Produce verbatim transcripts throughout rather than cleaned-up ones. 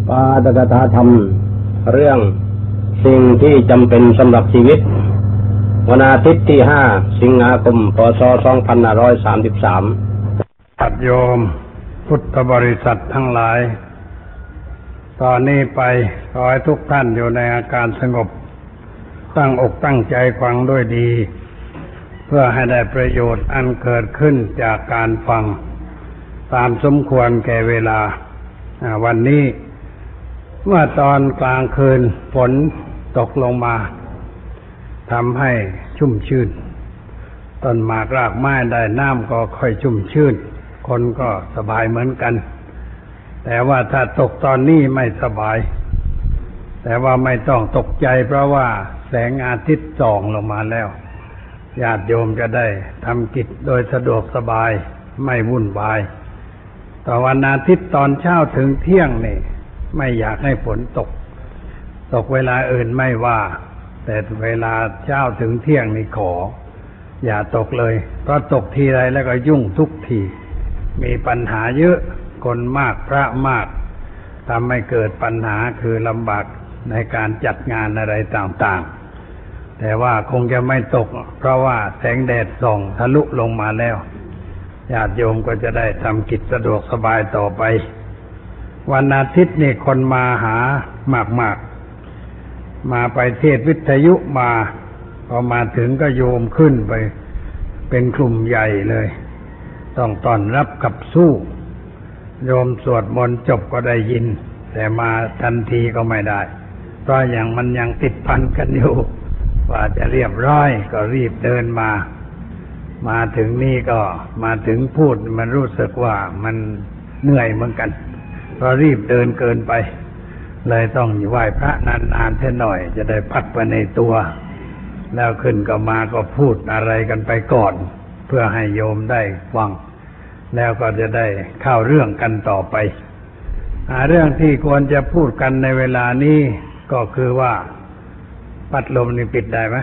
ปาฐกถาธรรมเรื่องสิ่งที่จำเป็นสำหรับชีวิตวันอาทิตย์ที่ห้าสิงหาคมพ.ศ. สองพันห้าร้อยสามสิบสามญาติโยมพุทธบริษัททั้งหลายตอนนี้ไปขอให้ทุกท่านอยู่ในอาการสงบตั้งอกตั้งใจฟังด้วยดีเพื่อให้ได้ประโยชน์อันเกิดขึ้นจากการฟังตามสมควรแก่เวลาวันนี้เมื่อตอนกลางคืนฝนตกลงมาทำให้ชุ่มชื่นต้นหมากรากไม้ได้น้ำก็ค่อยชุ่มชื่นคนก็สบายเหมือนกันแต่ว่าถ้าตกตอนนี้ไม่สบายแต่ว่าไม่ต้องตกใจเพราะว่าแสงอาทิตย์ส่องลงมาแล้วญาติโยมจะได้ทำกิจโดยสะดวกสบายไม่วุ่นวายต่อวันอาทิตย์ตอนเช้าถึงเที่ยงนี่ไม่อยากให้ฝนตกตกเวลาอื่นไม่ว่าแต่เวลาเช้าถึงเที่ยงนี่ขออย่าตกเลยเพราะตกทีไรแล้วก็ยุ่งทุกทีมีปัญหาเยอะคนมากพระมากทำให้เกิดปัญหาคือลำบากในการจัดงานอะไรต่างๆแต่ว่าคงจะไม่ตกเพราะว่าแสงแดดส่องทะลุลงมาแล้วญาติโยมก็จะได้ทำกิจสะดวกสบายต่อไปวันอาทิตย์นี่คนมาหามากๆมาไปเทศวิทยุมาพอมาถึงก็โยมขึ้นไปเป็นกลุ่มใหญ่เลยต้องต้อนรับขับสู้โยมสวดมนต์จบก็ได้ยินแต่มาทันทีก็ไม่ได้เพราะอย่างมันยังติดพันกันอยู่ว่าจะเรียบร้อยก็รีบเดินมามาถึงนี่ก็มาถึงพูดมันรู้สึกว่ามันเหนื่อยเหมือนกันเพราะรีบเดินเกินไปเลยต้องไหว้พระนานๆเท่าหน่อยจะได้พักไปในตัวแล้วขึ้นก็มาก็พูดอะไรกันไปก่อนเพื่อให้โยมได้ฟังแล้วก็จะได้เข้าเรื่องกันต่อไปเรื่องที่ควรจะพูดกันในเวลานี้ก็คือว่าพัดลมนี่ปิดได้ไหม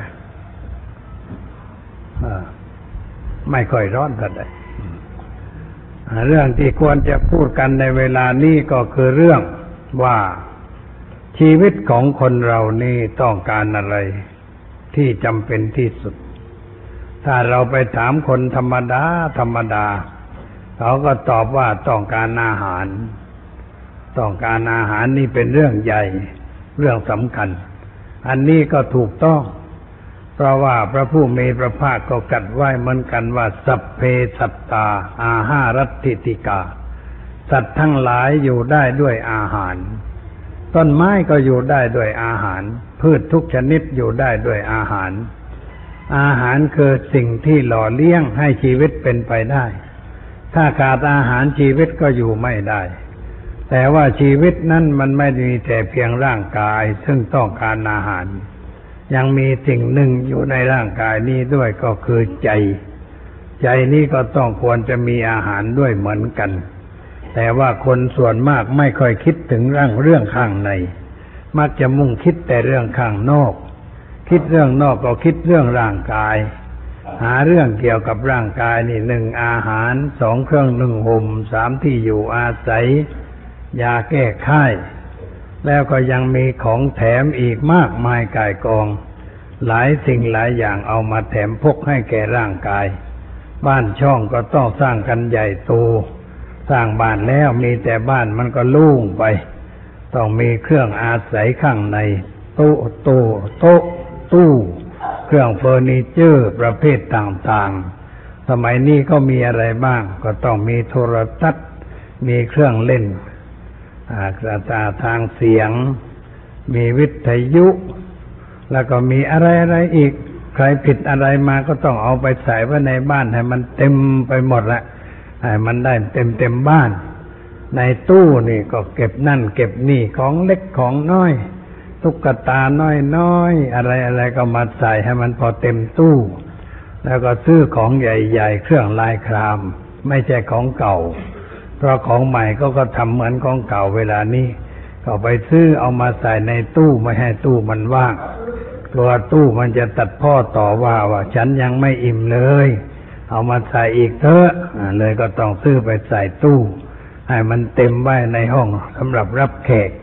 ไม่ค่อยร้อนเท่าไหร่เรื่องที่ควรจะพูดกันในเวลานี้ก็คือเรื่องว่าชีวิตของคนเรานี่ต้องการอะไรที่จำเป็นที่สุดถ้าเราไปถามคนธรรมดาธรรมดาเขาก็ตอบว่าต้องการอาหารต้องการอาหารนี่เป็นเรื่องใหญ่เรื่องสำคัญอันนี้ก็ถูกต้องเพราะว่าพระผู้มีพระภาคก็กัดไว้เหมือนกันว่าสัพเพสัตตาอาหารัตถิติกาสัตว์ทั้งหลายอยู่ได้ด้วยอาหารต้นไม้ก็อยู่ได้ด้วยอาหารพืชทุกชนิดอยู่ได้ด้วยอาหารอาหารคือสิ่งที่หล่อเลี้ยงให้ชีวิตเป็นไปได้ถ้าขาดอาหารชีวิตก็อยู่ไม่ได้แต่ว่าชีวิตนั้นมันไม่ได้มีแต่เพียงร่างกายซึ่งต้องการอาหารยังมีสิ่งหนึ่งอยู่ในร่างกายนี้ด้วยก็คือใจใจนี้ก็ต้องควรจะมีอาหารด้วยเหมือนกันแต่ว่าคนส่วนมากไม่ค่อยคิดถึงเรื่องเรื่องข้างในมักจะมุ่งคิดแต่เรื่องข้างนอกคิดเรื่องนอกก็คิดเรื่องร่างกายหาเรื่องเกี่ยวกับร่างกายนี่หนึ่งอาหารสองเครื่องนึ่งห่มสามที่อยู่อาศัยยาแก้ไข้แล้วก็ยังมีของแถมอีกมากมายก่ายกองหลายสิ่งหลายอย่างเอามาแถมพกให้แก่ร่างกายบ้านช่องก็ต้องสร้างกันใหญ่โตสร้างบ้านแล้วมีแต่บ้านมันก็โล่งไปต้องมีเครื่องอาศัยข้างในโต๊ะโต๊ะโต๊ะตู้เครื่องเฟอร์นิเจอร์ประเภทต่างๆสมัยนี้ก็มีอะไรบ้างก็ต้องมีโทรทัศน์มีเครื่องเล่นกระจายทางเสียงมีวิทยุแล้วก็มีอะไรอะไรอีกใครผิดอะไรมาก็ต้องเอาไปใส่ไว้ในบ้านให้มันเต็มไปหมดละให้มันได้เต็มเต็มบ้านในตู้นี่ก็เก็บนั่นเก็บนี่ของเล็กของน้อยตุ๊กตาน้อยๆอะไรอะไรก็มาใส่ให้มันพอเต็มตู้แล้วก็ซื้อของใหญ่ๆเครื่องลายครามไม่ใช่ของเก่าเพราะของใหม่ก็ก็ทำเหมือนของเก่าเวลานี้ก็ไปซื้อเอามาใส่ในตู้ไม่ให้ตู้มันว่างกลัวตู้มันจะตัดพ้อต่อว่าว่าฉันยังไม่อิ่มเลยเอามาใส่อีกเถอะเลยก็ต้องซื้อไปใส่ตู้ให้มันเต็มไว้ในห้องสำหรับรับแขก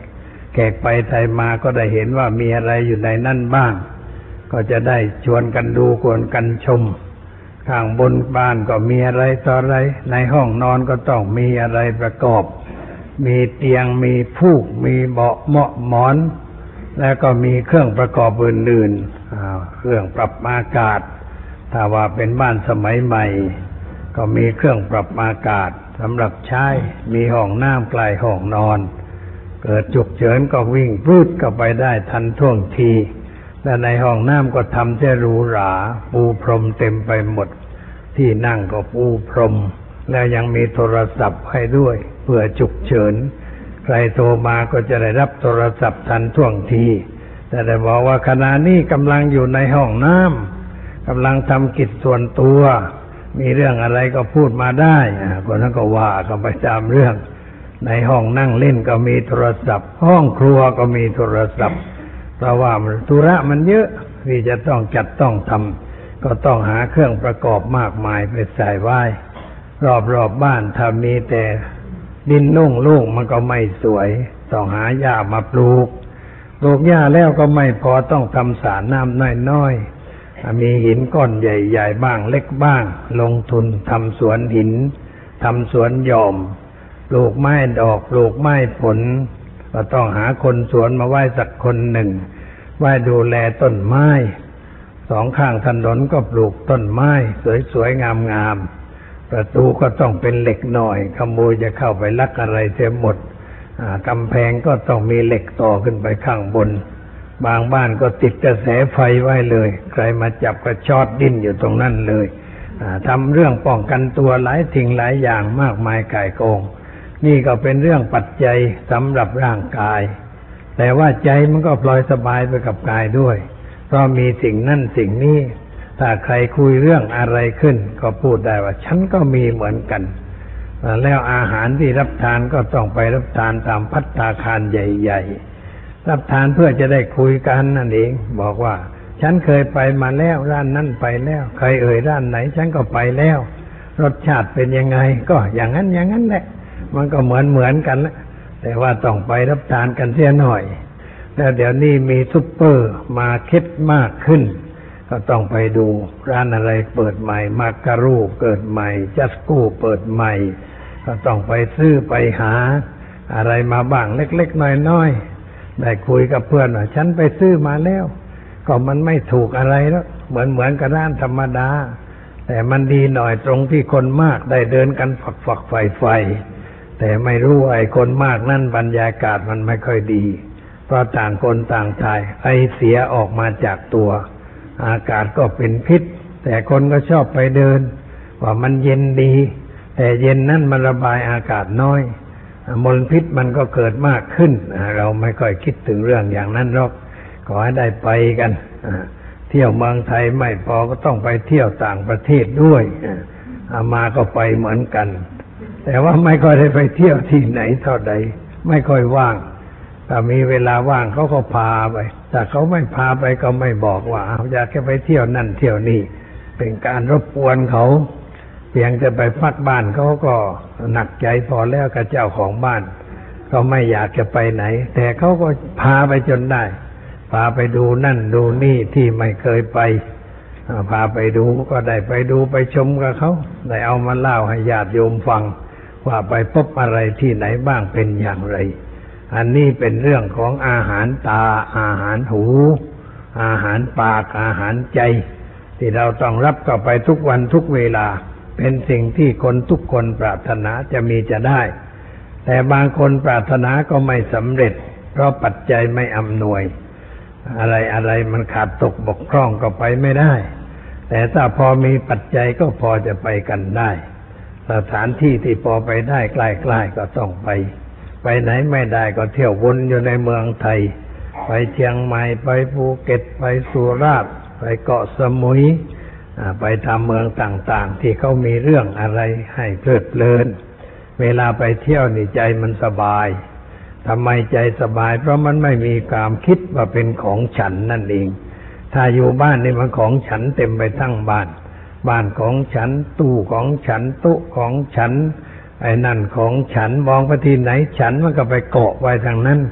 แขกไปไทยมาก็ได้เห็นว่ามีอะไรอยู่ในนั่นบ้างก็จะได้ชวนกันดูชวนกันชมข้างบนบ้านก็มีอะไรต่ออะไรในห้องนอนก็ต้องมีอะไรประกอบมีเตียงมีฟูกมีเบาะเหมาะหมอนแล้วก็มีเครื่องประกอบอื่นๆเครื่องปรับอากาศถ้าว่าเป็นบ้านสมัยใหม่ก็มีเครื่องปรับอากาศสำหรับใช้มีห้องน้ำใกล้ห้องนอนเกิดฉุกเฉินก็วิ่งปลื้ดเข้าไปได้ทันท่วงทีและในห้องน้ำก็ทำที่หรูหราปูพรมเต็มไปหมดที่นั่งก็ปูพรมแล้วยังมีโทรศัพท์ให้ด้วยเพื่อฉุกเฉินใครโทรมาก็จะได้รับโทรศัพท์ทันท่วงทีแต่ได้บอกว่าขณะนี้กำลังอยู่ในห้องน้ำกำลังทำกิจส่วนตัวมีเรื่องอะไรก็พูดมาได้คนนั้นก็ว่ากันไปตามเรื่องในห้องนั่งเล่นก็มีโทรศัพท์ห้องครัวก็มีโทรศัพท์เพราะว่าธุระมันเยอะที่จะต้องจัดต้องทำก็ต้องหาเครื่องประกอบมากมายไปใส่ไว้รอบๆ บ, บ้านถ้ามีแต่ดินนุ่งลูกมันก็ไม่สวยต้องหาหญ้ามาปลูกปลูกหญ้าแล้วก็ไม่พอต้องทำสระน้ำน้อยๆมีหินก้อนใหญ่ๆบ้างเล็กบ้างลงทุนทำสวนหินทำสวนหย่อมปลูกไม้ดอกปลูกไม้ผลก็ต้องหาคนสวนมาไว้สักคนหนึ่งไว้ดูแลต้นไม้สองข้างถนนก็ปลูกต้นไม้สวยๆงามๆประตูก็ต้องเป็นเหล็กหน่อยขโมยจะเข้าไปลักอะไรเสียหมดกำแพงก็ต้องมีเหล็กต่อขึ้นไปข้างบนบางบ้านก็ติดกระแสไฟไว้เลยใครมาจับก็ช็อตดิ้นอยู่ตรงนั้นเลยทำเรื่องป้องกันตัวหลายสิ่งหลายอย่างมากมายก่ายกองนี่ก็เป็นเรื่องปัจจัยสำหรับร่างกายแต่ว่าใจมันก็ปล่อยสบายไปกับกายด้วยเพราะมีสิ่งนั่นสิ่งนี้ถ้าใครคุยเรื่องอะไรขึ้นก็พูดได้ว่าฉันก็มีเหมือนกันแล้วอาหารที่รับทานก็ต้องไปรับทานตามภัตตาคารใหญ่ๆรับทานเพื่อจะได้คุยกันนั่นเองบอกว่าฉันเคยไปมาแล้วร้านนั้นไปแล้วใครเอ่ยร้านไหนฉันก็ไปแล้วรสชาติเป็นยังไงก็อย่างนั้นอย่างนั้นแหละมันก็เหมือนเหมือนกันแหละแต่ว่าต้องไปรับทานกันเสียหน่อยแล้วเดี๋ยวนี้มีซุปเปอร์มาร์เก็ตมากขึ้นก็ต้องไปดูร้านอะไรเปิดใหม่มาการูเกิดใหม่จัสกูเปิดใหม่ก็ต้องไปซื้อไปหาอะไรมาบ้างเล็กๆน้อยๆได้คุยกับเพื่อนว่าฉันไปซื้อมาแล้วก็มันไม่ถูกอะไรแล้วเหมือนเหมือนกับร้านธรรมดาแต่มันดีหน่อยตรงที่คนมากได้เดินกันฝักฝักไฟไฟแต่ไม่รู้ไอ้คนมากนั่นบรรยากาศมันไม่ค่อยดีเพราะต่างคนต่างถ่ายไอเสียออกมาจากตัวอากาศก็เป็นพิษแต่คนก็ชอบไปเดินว่ามันเย็นดีแต่เย็นนั่นมันระบายอากาศน้อยมลพิษมันก็เกิดมากขึ้นเราไม่ค่อยคิดถึงเรื่องอย่างนั้นหรอกขอให้ได้ไปกันเที่ยวเมืองไทยไม่พอก็ต้องไปเที่ยวต่างประเทศด้วยอามาก็ไปเหมือนกันแต่ว่าไม่ค่อยได้ไปเที่ยวที่ไหนเท่าใดไม่ค่อยว่างถ้ามีเวลาว่างเขาก็พาไปแต่เขาไม่พาไปก็ไม่บอกว่าอยากจะไปเที่ยวนั่นเที่ยวนี่เป็นการรบกวนเขาเพียงจะไปพักบ้านเขาก็หนักใจพอแล้วกับเจ้าของบ้านเขาไม่อยากจะไปไหนแต่เขาก็พาไปจนได้พาไปดูนั่นดูนี่ที่ไม่เคยไปพาไปดูก็ได้ไปดูไปชมกับเขาได้เอามาเล่าให้ญาติโยมฟังว่าไปพบอะไรที่ไหนบ้างเป็นอย่างไรอันนี้เป็นเรื่องของอาหารตาอาหารหูอาหารปากอาหารใจที่เราต้องรับเข้าไปทุกวันทุกเวลาเป็นสิ่งที่คนทุกคนปรารถนาจะมีจะได้แต่บางคนปรารถนาก็ไม่สำเร็จเพราะปัจจัยไม่อำนวยอะไรอะไรมันขาดตกบกพร่องก็ไปไม่ได้แต่ถ้าพอมีปัจจัยก็พอจะไปกันได้สถานที่ที่พอไปได้ใกล้ๆก็ต้องไปไปไหนไม่ได้ก็เที่ยววนอยู่ในเมืองไทยไปเชียงใหม่ไปภูเก็ตไปสุราษฎร์ไปเกาะสมุยไปตามเมืองต่างๆที่เขามีเรื่องอะไรให้เพลิดเพลินเวลาไปเที่ยวนี่ใจมันสบายทำไมใจสบายเพราะมันไม่มีความคิดว่าเป็นของฉันนั่นเองถ้าอยู่บ้านนี่มันของฉันเต็มไปทั้งบ้านบ้านของฉันตู้ของฉันโต๊ะของฉันไอ้นั่นของฉันมองไปที่ไหนฉันมันก็ไปเกาะไว้ทางนั้น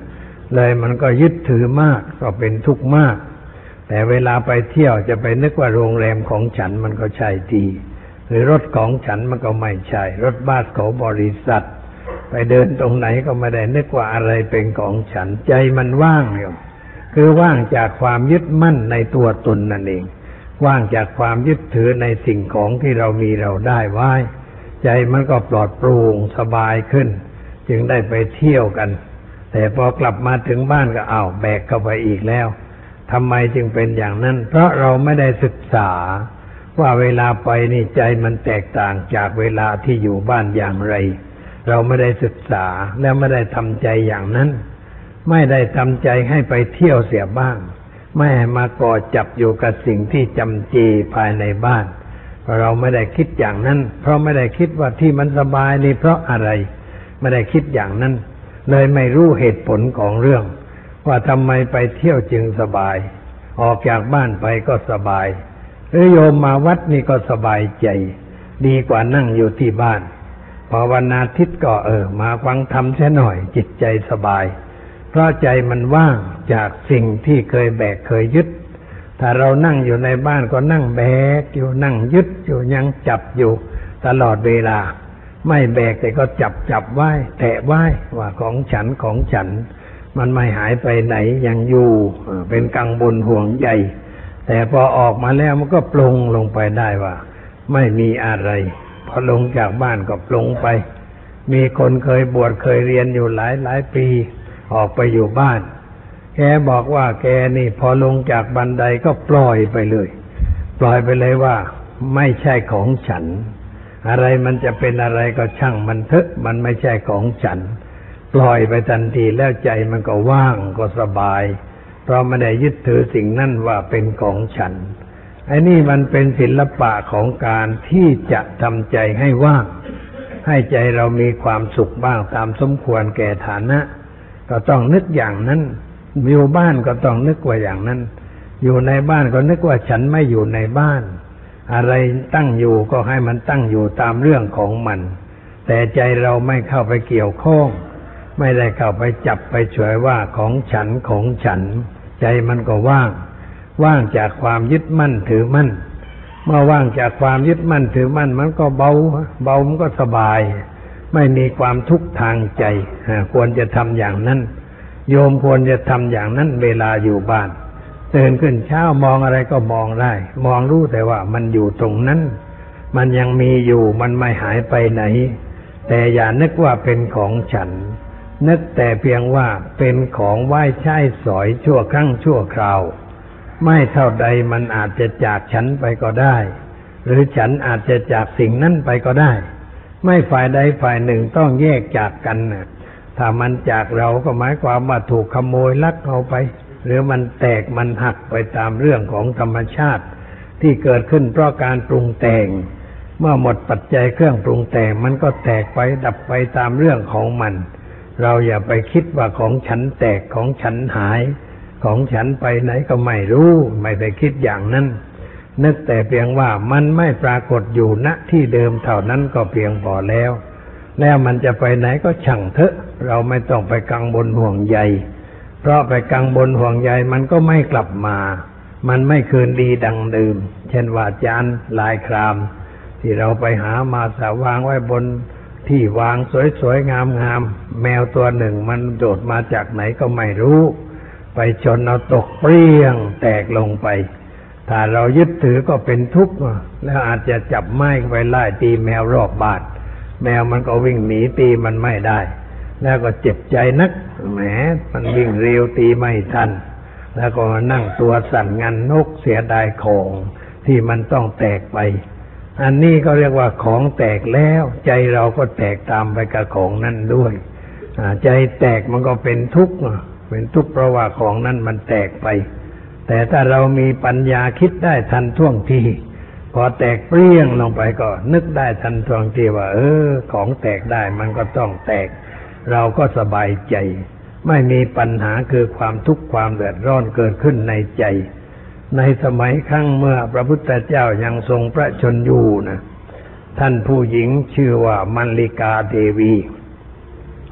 เลยมันก็ยึดถือมากก็เป็นทุกข์มากแต่เวลาไปเที่ยวจะไปนึกว่าโรงแรมของฉันมันก็ใช่ดีหรือรถของฉันมันก็ไม่ใช่รถบัสของบริษัทไปเดินตรงไหนก็ไม่ได้นึกว่าอะไรเป็นของฉันใจมันว่างอยู่คือว่างจากความยึดมั่นในตัวตนนั่นเองว่างจากความยึดถือในสิ่งของที่เรามีเราได้ไว้ใจมันก็ปลอดโปร่งสบายขึ้นจึงได้ไปเที่ยวกันแต่พอกลับมาถึงบ้านก็อ้าวแบกเข้าไปอีกแล้วทำไมจึงเป็นอย่างนั้นเพราะเราไม่ได้ศึกษาว่าเวลาไปนี่ใจมันแตกต่างจากเวลาที่อยู่บ้านอย่างไรเราไม่ได้ศึกษาและไม่ได้ทำใจอย่างนั้นไม่ได้ทำใจให้ไปเที่ยวเสียบ้างไม่ให้มาก่อจับอยู่กับสิ่งที่จำเจภายในบ้านเพราะเราไม่ได้คิดอย่างนั้นเพราะไม่ได้คิดว่าที่มันสบายนี่เพราะอะไรไม่ได้คิดอย่างนั้นเลยไม่รู้เหตุผลของเรื่องว่าทำไมไปเที่ยวจึงสบายออกจากบ้านไปก็สบายหรือโยมมาวัดนี่ก็สบายใจดีกว่านั่งอยู่ที่บ้านพอวันอาทิตย์ก็เออมาฟังธรรมแค่หน่อยจิตใจสบายเพราะใจมันว่างจากสิ่งที่เคยแบกเคยยึดถ้าเรานั่งอยู่ในบ้านก็นั่งแบกอยู่นั่งยึดอยู่ยังจับอยู่ตลอดเวลาไม่แบกแต่ก็จับจับไว้แตะไว้ว่าของฉันของฉันมันไม่หายไปไหนยังอยู่เป็นกังวลห่วงใยแต่พอออกมาแล้วมันก็ปลงลงไปได้ว่าไม่มีอะไรพอลงจากบ้านก็ปลงไปมีคนเคยบวชเคยเรียนอยู่หลายหลายปีออกไปอยู่บ้านแกบอกว่าแกนี่พอลงจากบันไดก็ปล่อยไปเลยปล่อยไปเลยว่าไม่ใช่ของฉันอะไรมันจะเป็นอะไรก็ช่างมันเถอะมันไม่ใช่ของฉันปล่อยไปทันทีแล้วใจมันก็ว่างก็สบายเพราะไม่ได้ยึดถือสิ่งนั้นว่าเป็นของฉันไอ้นี่มันเป็นศิลปะของการที่จะทำใจให้ว่างให้ใจเรามีความสุขบ้างตามสมควรแก่ฐานะก็ต้องนึกอย่างนั้นอยู่บ้านก็ต้องนึกว่าอย่างนั้นอยู่ในบ้านก็นึกว่าฉันไม่อยู่ในบ้านอะไรตั้งอยู่ก็ให้มันตั้งอยู่ตามเรื่องของมันแต่ใจเราไม่เข้าไปเกี่ยวข้องไม่ได้เข้าไปจับไปฉวยว่าของฉันของฉันใจมันก็ว่างว่างจากความยึดมั่นถือมั่นเมื่อว่างจากความยึดมั่นถือมั่นมันก็เบาเบามันก็สบายไม่มีความทุกข์ทางใจควรจะทำอย่างนั้นโยมควรจะทำอย่างนั้นเวลาอยู่บ้านตื่นขึ้นเช้ามองอะไรก็มองได้มองรู้แต่ว่ามันอยู่ตรงนั้นมันยังมีอยู่มันไม่หายไปไหนแต่อย่านึกว่าเป็นของฉันนึกแต่เพียงว่าเป็นของไหว้ใช้สอยชั่วครั้งชั่วคราวไม่เท่าใดมันอาจจะจากฉันไปก็ได้หรือฉันอาจจะจากสิ่งนั้นไปก็ได้ไม่ฝ่ายใดฝ่ายหนึ่งต้องแยกจากกันนะถ้ามันจากเราก็หมายความว่าถูกขโมยลักเอาไปหรือมันแตกมันหักไปตามเรื่องของธรรมชาติที่เกิดขึ้นเพราะการปรุงแต่งเมื่อหมดปัจจัยเครื่องปรุงแต่งมันก็แตกไปดับไปตามเรื่องของมันเราอย่าไปคิดว่าของฉันแตกของฉันหายของฉันไปไหนก็ไม่รู้ไม่ไปคิดอย่างนั้นนึกแต่เพียงว่ามันไม่ปรากฏอยู่ณที่เดิมเท่านั้นก็เพียงพอแล้วแล้วมันจะไปไหนก็ช่างเถอะเราไม่ต้องไปกังวลห่วงใยเพราะไปกังวลห่วงใยมันก็ไม่กลับมามันไม่คืนดีดังเดิมเช่นว่าจานลายครามที่เราไปหามาสาวางไว้บนที่วางสวยๆงามๆแมวตัวหนึ่งมันโดดมาจากไหนก็ไม่รู้ไปชนเอาตกเปรี้ยงแตกลงไปถ้าเรายึดถือก็เป็นทุกข์แล้วอาจจะจับไม้ไปไล่ตีแมวรอบบ้านแมวมันก็วิ่งหนีตีมันไม่ได้แล้วก็เจ็บใจนักแหมมันวิ่งเร็วตีไม่ทันแล้วก็นั่งตัวสั่นงันนกเสียดายของที่มันต้องแตกไปอันนี้ก็เรียกว่าของแตกแล้วใจเราก็แตกตามไปกับของนั้นด้วยใจแตกมันก็เป็นทุกข์เป็นทุกข์เพราะว่าของนั้นมันแตกไปแต่ถ้าเรามีปัญญาคิดได้ทันท่วงทีพอแตกเปรี้ยงลงไปก็นึกได้ทันท่วงทีว่าเออของแตกได้มันก็ต้องแตกเราก็สบายใจไม่มีปัญหาคือความทุกข์ความเดือดร้อนเกิดขึ้นในใจในสมัยครั้งเมื่อพระพุทธเจ้ายังทรงพระชนอยู่นะท่านผู้หญิงชื่อว่ามัลลิกาเทวี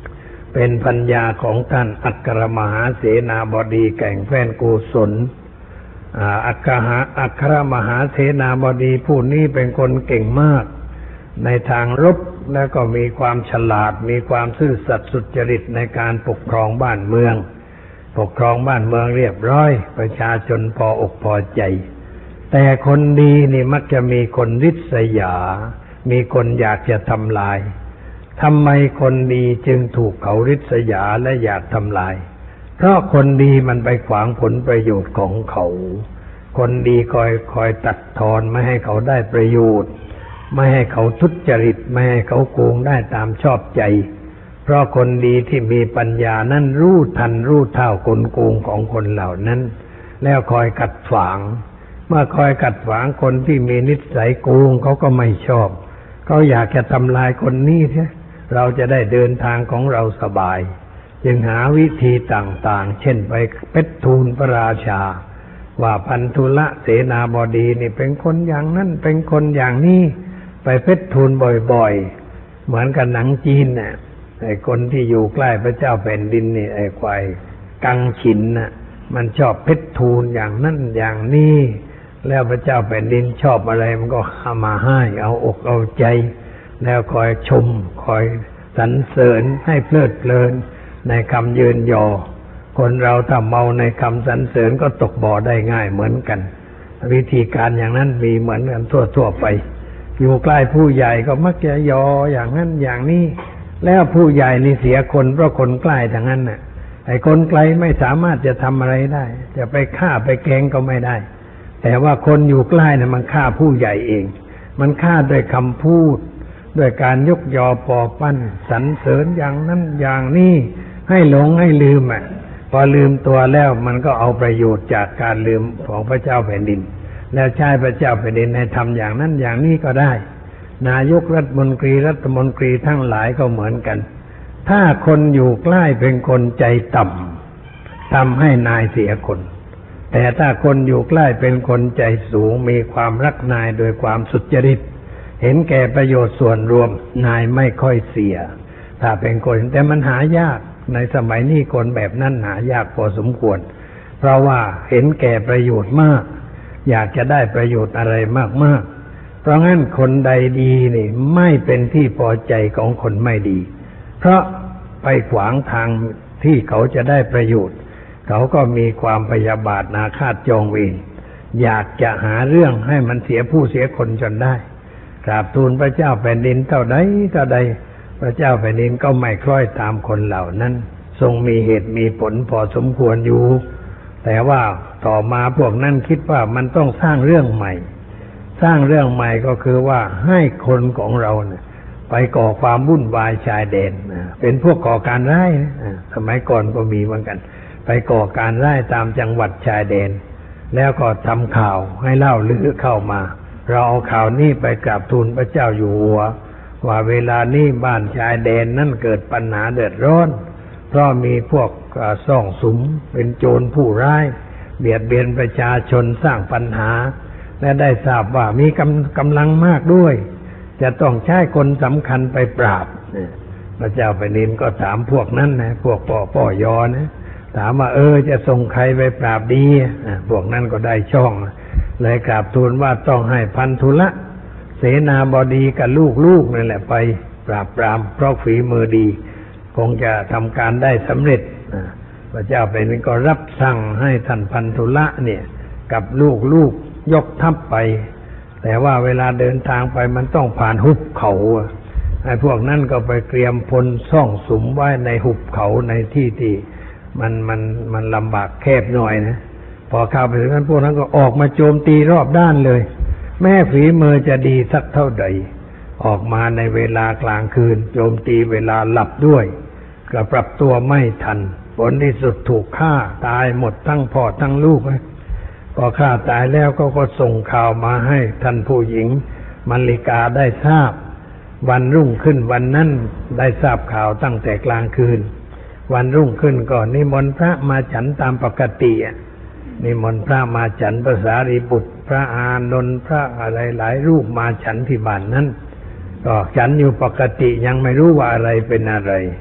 เป็นพัญญาของท่านอัครมหาเสนาบดีแก่งแฟนกุศลอัครอัครมหาเสนาบดีผู้นี้เป็นคนเก่งมากในทางรบแล้วก็มีความฉลาดมีความซื่อสัตย์สุจริตในการปกครองบ้านเมืองปกครองบ้านเมืองเรียบร้อยประชาชนพออกพอใจแต่คนดีนี่มักจะมีคนริษยามีคนอยากจะทำลายทำไมคนดีจึงถูกเขาริษยาและอยากทำลายเพราะคนดีมันไปขวางผลประโยชน์ของเขาคนดีคอยคอยตัดทอนไม่ให้เขาได้ประโยชน์ไม่ให้เขาทุจริตไม่ให้เขาโกงได้ตามชอบใจเพราะคนดีที่มีปัญญานั้นรู้ทันรู้เท่ากลโกงของคนเหล่านั้นแล้วคอยขัดขวางเมื่อคอยขัดขวางคนที่มีนิสัยโกงเขาก็ไม่ชอบเขาอยากจะทำลายคนนี้ใช่เราจะได้เดินทางของเราสบายจึงหาวิธีต่างๆเช่นไปเพชรทูลพระราชาว่าพันธุละเสนาบดีนี่เป็นคนอย่างนั้นเป็นคนอย่างนี้ไปเพชรทูลบ่อยๆเหมือนกับหนังจีนน่ะไอ้คนที่อยู่ใกล้พระเจ้าแผ่นดินนี่ไอ้ควายกังฉินน่ะมันชอบเพชรทูลอย่างนั้นอย่างนี้แล้วพระเจ้าแผ่นดินชอบอะไรมันก็เอามาให้เอาอกเอาใจแล้วคอยชมคอยสรรเสริญให้เพลิดเพลินในคำยืนยอคนเราถ้าเมาในคำสรรเสริญก็ตกบ่อได้ง่ายเหมือนกันวิธีการอย่างนั้นมีเหมือนกันทั่วๆไปอยู่ใกล้ผู้ใหญ่ก็มักจะยออย่างนั้นอย่างนี้แล้วผู้ใหญ่นี่เสียคนเพราะคนใกล้ทั้งนั้นน่ะไอ้คนไกลไม่สามารถจะทำอะไรได้จะไปฆ่าไปแกล้งก็ไม่ได้แต่ว่าคนอยู่ใกล้น่ะมันฆ่าผู้ใหญ่เองมันฆ่าด้วยคำพูดด้วยการยกยอปอปั้นสรรเสริญอย่างนั้นอย่างนี้ให้หลงให้ลืมอ่ะพอลืมตัวแล้วมันก็เอาประโยชน์จากการลืมของพระเจ้าแผ่นดินแล้วใช้พระเจ้าแผ่นดินให้ทำอย่างนั้นอย่างนี้ก็ได้นายกรัฐมนตรีรัฐมนตรีทั้งหลายก็เหมือนกันถ้าคนอยู่ใกล้เป็นคนใจต่ำทำให้นายเสียคนแต่ถ้าคนอยู่ใกล้เป็นคนใจสูงมีความรักนายโดยความสุจริตเห็นแก่ประโยชน์ส่วนรวมนายไม่ค่อยเสียถ้าเป็นคนแต่มันหายากในสมัยนี้คนแบบนั้นหายากพอสมควรเพราะว่าเห็นแก่ประโยชน์มากอยากจะได้ประโยชน์อะไรมากๆเพราะงั้นคนใดดีนี่ไม่เป็นที่พอใจของคนไม่ดีเพราะไปขวางทางที่เขาจะได้ประโยชน์เขาก็มีความพยาบาทอาฆาตจองเวรอยากจะหาเรื่องให้มันเสียผู้เสียคนจนได้กราบทูลพระเจ้าแผ่นดินเท่าใดเท่าใดพระเจ้าแผ่นดินก็ไม่คล้อยตามคนเหล่านั้นทรงมีเหตุมีผลพอสมควรอยู่แต่ว่าต่อมาพวกนั้นคิดว่ามันต้องสร้างเรื่องใหม่สร้างเรื่องใหม่ก็คือว่าให้คนของเราเนี่ยไปก่อความวุ่นวายชายแดนเป็นพวกก่อการร้ายสมัยก่อนก็มีเหมือนกันไปก่อการร้ายตามจังหวัดชายแดนแล้วก็ทำข่าวให้เล่าลือเข้ามาเราเอาข่าวนี้ไปกราบทูลพระเจ้าอยู่หัวว่าเวลานี้บ้านชายแดนนั่นเกิดปัญหาเดือดร้อนเพราะมีพวกซ่องสุมเป็นโจรผู้ร้ายเบียดเบียนประชาชนสร้างปัญหาและได้ทราบว่ามีกำกำลังมากด้วยจะต้องใช้คนสำคัญไปปราบพระเจ้าแผ่นดินก็ถามพวกนั้นนะพวกป่อป่อยอนะถามว่าเออจะส่งใครไปปราบดีพวกนั้นก็ได้ช่องเลยกราบทูลว่าต้องให้พันธุละเสนาบดีกับลูกๆนั่นแหละไปปราบปรามเพราะฝีมือดีคงจะทำการได้สำเร็จพระเจ้าแผ่นดินก็รับสั่งให้ท่านพันธุละเนี่ยกับลูกๆยกทัพไปแต่ว่าเวลาเดินทางไปมันต้องผ่านหุบเขาไอ้พวกนั้นก็ไปเตรียมพลซ่องสุมไว้ในหุบเขาในที่ที่มันมันมันลำบากแคบหน่อยนะพอเข้าไปถึงนั้นพวกนั้นก็ออกมาโจมตีรอบด้านเลยแม้ฝีมือจะดีสักเท่าใดออกมาในเวลากลางคืนโจมตีเวลาหลับด้วยก็ปรับตัวไม่ทันผลที่สุดถูกฆ่าตายหมดทั้งพ่อทั้งลูกพอฆ่าตายแล้วก็ก็ส่งข่าวมาให้ท่านผู้หญิงมัลลิกาได้ทราบวันรุ่งขึ้นวันนั้นได้ทราบข่าวตั้งแต่กลางคืนวันรุ่งขึ้นก็นิมนต์พระมาฉันตามปกตินิมนต์พระมาฉันพระสารีบุตรพระอานนท์พระอะไรหลายรูปมาฉันที่บ้านนั้นก็ฉันอยู่ปกติยังไม่รู้ว่าอะไรเป็นอะไร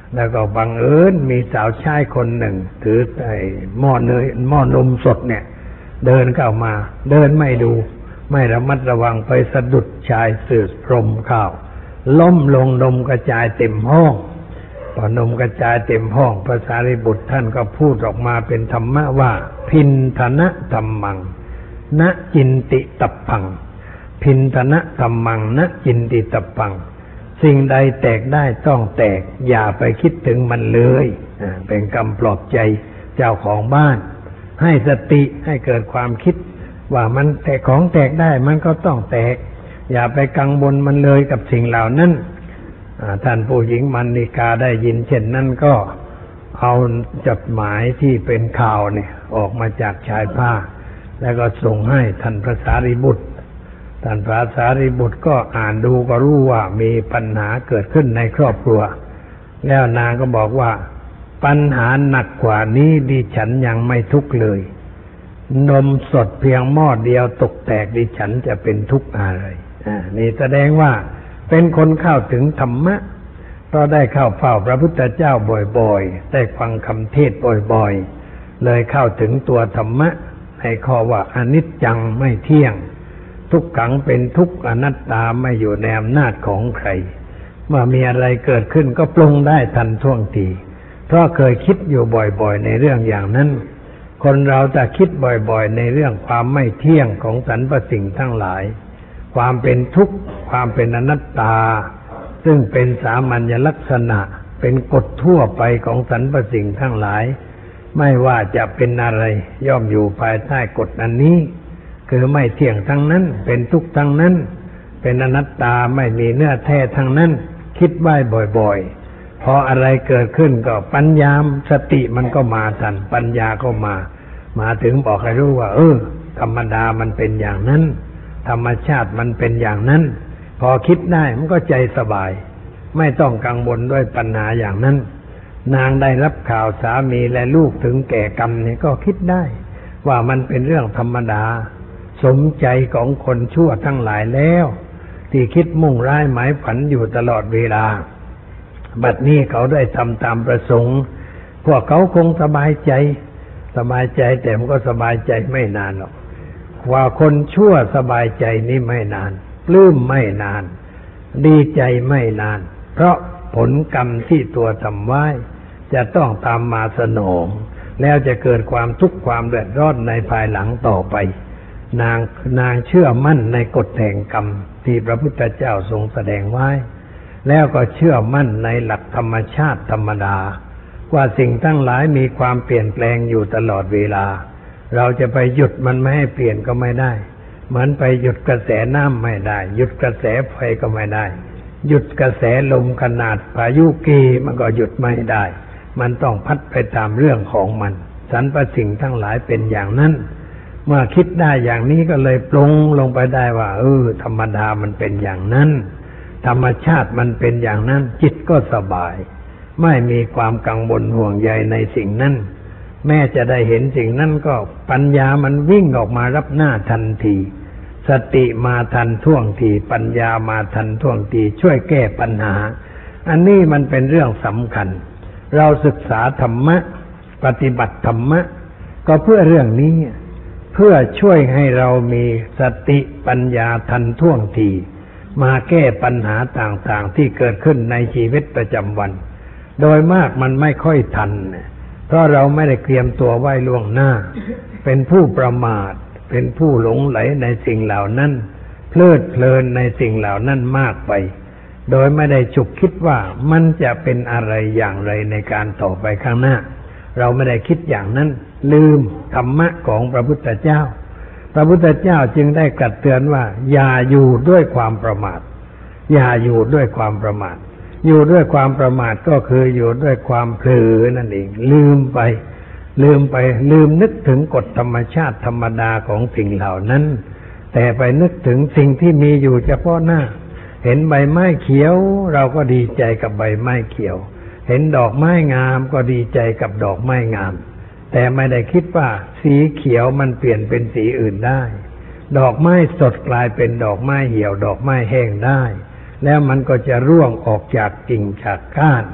แล้วก็บังเอิญมีสาวใช้คนหนึ่งถือไอ้หม้อเนยหม้อนมสดเนี่ยเดินเข้ามาเดินไม่ดูไม่ระมัดระวังไปสะดุดชายเสื่อพรมข้าวล้มลงนมกระจายเต็มห้องพอนมกระจายเต็มห้องพระสารีบุตรท่านก็พูดออกมาเป็นธรรมะว่าพินทนะธัมมังณจินติตัพพังพินทนะธัมมังณจินติตัพพังสิ่งใดแตกได้ต้องแตกอย่าไปคิดถึงมันเลยเป็นคำปลอบใจเจ้าของบ้านให้สติให้เกิดความคิดว่ามันแต่ของแตกได้มันก็ต้องแตกอย่าไปกังวลมันเลยกับสิ่งเหล่านั้นท่านผู้หญิงมณิกาได้ยินเช่นนั้นก็เอาจดหมายที่เป็นข่าวเนี่ยออกมาจากชายผ้าแล้วก็ส่งให้ท่านพระสารีบุตรท่านพระสารีบุตรก็อ่านดูก็รู้ว่ามีปัญหาเกิดขึ้นในครอบครัวแล้วนางก็บอกว่าปัญหาหนักกว่านี้ดิฉันยังไม่ทุกข์เลยนมสดเพียงหม้อเดียวตกแตกดิฉันจะเป็นทุกข์อะไรอ่านี่แสดงว่าเป็นคนเข้าถึงธรรมะเพราะได้เข้าเฝ้าพระพุทธเจ้าบ่อยๆได้ฟังคำเทศบ่อยๆเลยเข้าถึงตัวธรรมะในข้อว่าอนิจจังไม่เที่ยงทุกขังเป็นทุกข์อนัตตาไม่อยู่ในอำนาจของใครเมื่อมีอะไรเกิดขึ้นก็ปรุงได้ทันท่วงทีเพราะเคยคิดอยู่บ่อยๆในเรื่องอย่างนั้นคนเราจะคิดบ่อยๆในเรื่องความไม่เที่ยงของสรรพสิ่งทั้งหลายความเป็นทุกข์ความเป็นอนัตตาซึ่งเป็นสามัญลักษณะเป็นกฎทั่วไปของสรรพสิ่งทั้งหลายไม่ว่าจะเป็นอะไรย่อมอยู่ภายใต้กฎอันนี้คือไม่เที่ยงทั้งนั้นเป็นทุกข์ทั้งนั้นเป็นอนัตตาไม่มีเนื้อแท้ทั้งนั้นคิดไว้บ่อยๆพออะไรเกิดขึ้นก็ปัญญาสติมันก็มาทันปัญญาก็มามาถึงบอกให้รู้ว่าเออธรรมดามันเป็นอย่างนั้นธรรมชาติมันเป็นอย่างนั้นพอคิดได้มันก็ใจสบายไม่ต้องกังวลด้วยปัญหาอย่างนั้นนางได้รับข่าวสามีและลูกถึงแก่กรรมนี่ก็คิดได้ว่ามันเป็นเรื่องธรรมดาสมใจของคนชั่วทั้งหลายแล้วที่คิดมุ่งร้ายหมายฝันอยู่ตลอดเวลาบัดนี้เขาได้ทำตามประสงค์พวกเขาคงสบายใจสบายใจแต่มันก็สบายใจไม่นานหรอกว่าคนชั่วสบายใจนี่ไม่นานปลื้มไม่นานดีใจไม่นานเพราะผลกรรมที่ตัวทำไว้จะต้องตามมาสนองแล้วจะเกิดความทุกข์ความเดือดร้อนในภายหลังต่อไปนางนางเชื่อมั่นในกฎแห่งกรรมที่พระพุทธเจ้าทรงแสดงไว้แล้วก็เชื่อมั่นในหลักธรรมชาติธรรมดาว่าสิ่งทั้งหลายมีความเปลี่ยนแปลงอยู่ตลอดเวลาเราจะไปหยุดมันไม่ให้เปลี่ยนก็ไม่ได้เหมือนไปหยุดกระแสน้ำไม่ได้หยุดกระแสไฟก็ไม่ได้หยุดกระแสลมขนาดพายุกีมันก็หยุดไม่ได้มันต้องพัดไปตามเรื่องของมันสรรพสิ่งทั้งหลายเป็นอย่างนั้นเมื่อคิดได้อย่างนี้ก็เลยปลงลงไปได้ว่าเออธรรมดามันเป็นอย่างนั้นธรรมชาติมันเป็นอย่างนั้นจิตก็สบายไม่มีความกังวลห่วงใยในสิ่งนั้นแม้จะได้เห็นสิ่งนั้นก็ปัญญามันวิ่งออกมารับหน้าทันทีสติมาทันท่วงทีปัญญามาทันท่วงทีช่วยแก้ปัญหาอันนี้มันเป็นเรื่องสำคัญเราศึกษาธรรมะปฏิบัติธรรมะก็เพื่อเรื่องนี้เพื่อช่วยให้เรามีสติปัญญาทันท่วงทีมาแก้ปัญหาต่างๆที่เกิดขึ้นในชีวิตประจำวันโดยมากมันไม่ค่อยทันเพราะเราไม่ได้เตรียมตัวไว้ล่วงหน้าเป็นผู้ประมาทเป็นผู้หลงไหลในสิ่งเหล่านั้นเพลิดเพลินในสิ่งเหล่านั้นมากไปโดยไม่ได้ฉุกคิดว่ามันจะเป็นอะไรอย่างไรในการต่อไปข้างหน้าเราไม่ได้คิดอย่างนั้นลืมธรรมะของพระพุทธเจ้าพระพุทธเจ้าจึงได้ตรัสเตือนว่าอย่าอยู่ด้วยความประมาทอย่าอยู่ด้วยความประมาทอยู่ด้วยความประมาทก็คืออยู่ด้วยความเผลอนั่นเองลืมไปลืมไปลืมนึกถึงกฎธรรมชาติธรรมดาของสิ่งเหล่านั้นแต่ไปนึกถึงสิ่งที่มีอยู่เฉพาะหน้าเห็นใบไม้เขียวเราก็ดีใจกับใบไม้เขียวเห็นดอกไม้งามก็ดีใจกับดอกไม้งามแต่ไม่ได้คิดว่าสีเขียวมันเปลี่ยนเป็นสีอื่นได้ดอกไม้สดกลายเป็นดอกไม้เหี่ยวดอกไม้แห้งได้แล้วมันก็จะร่วงออกจากกิ่งจากก้าน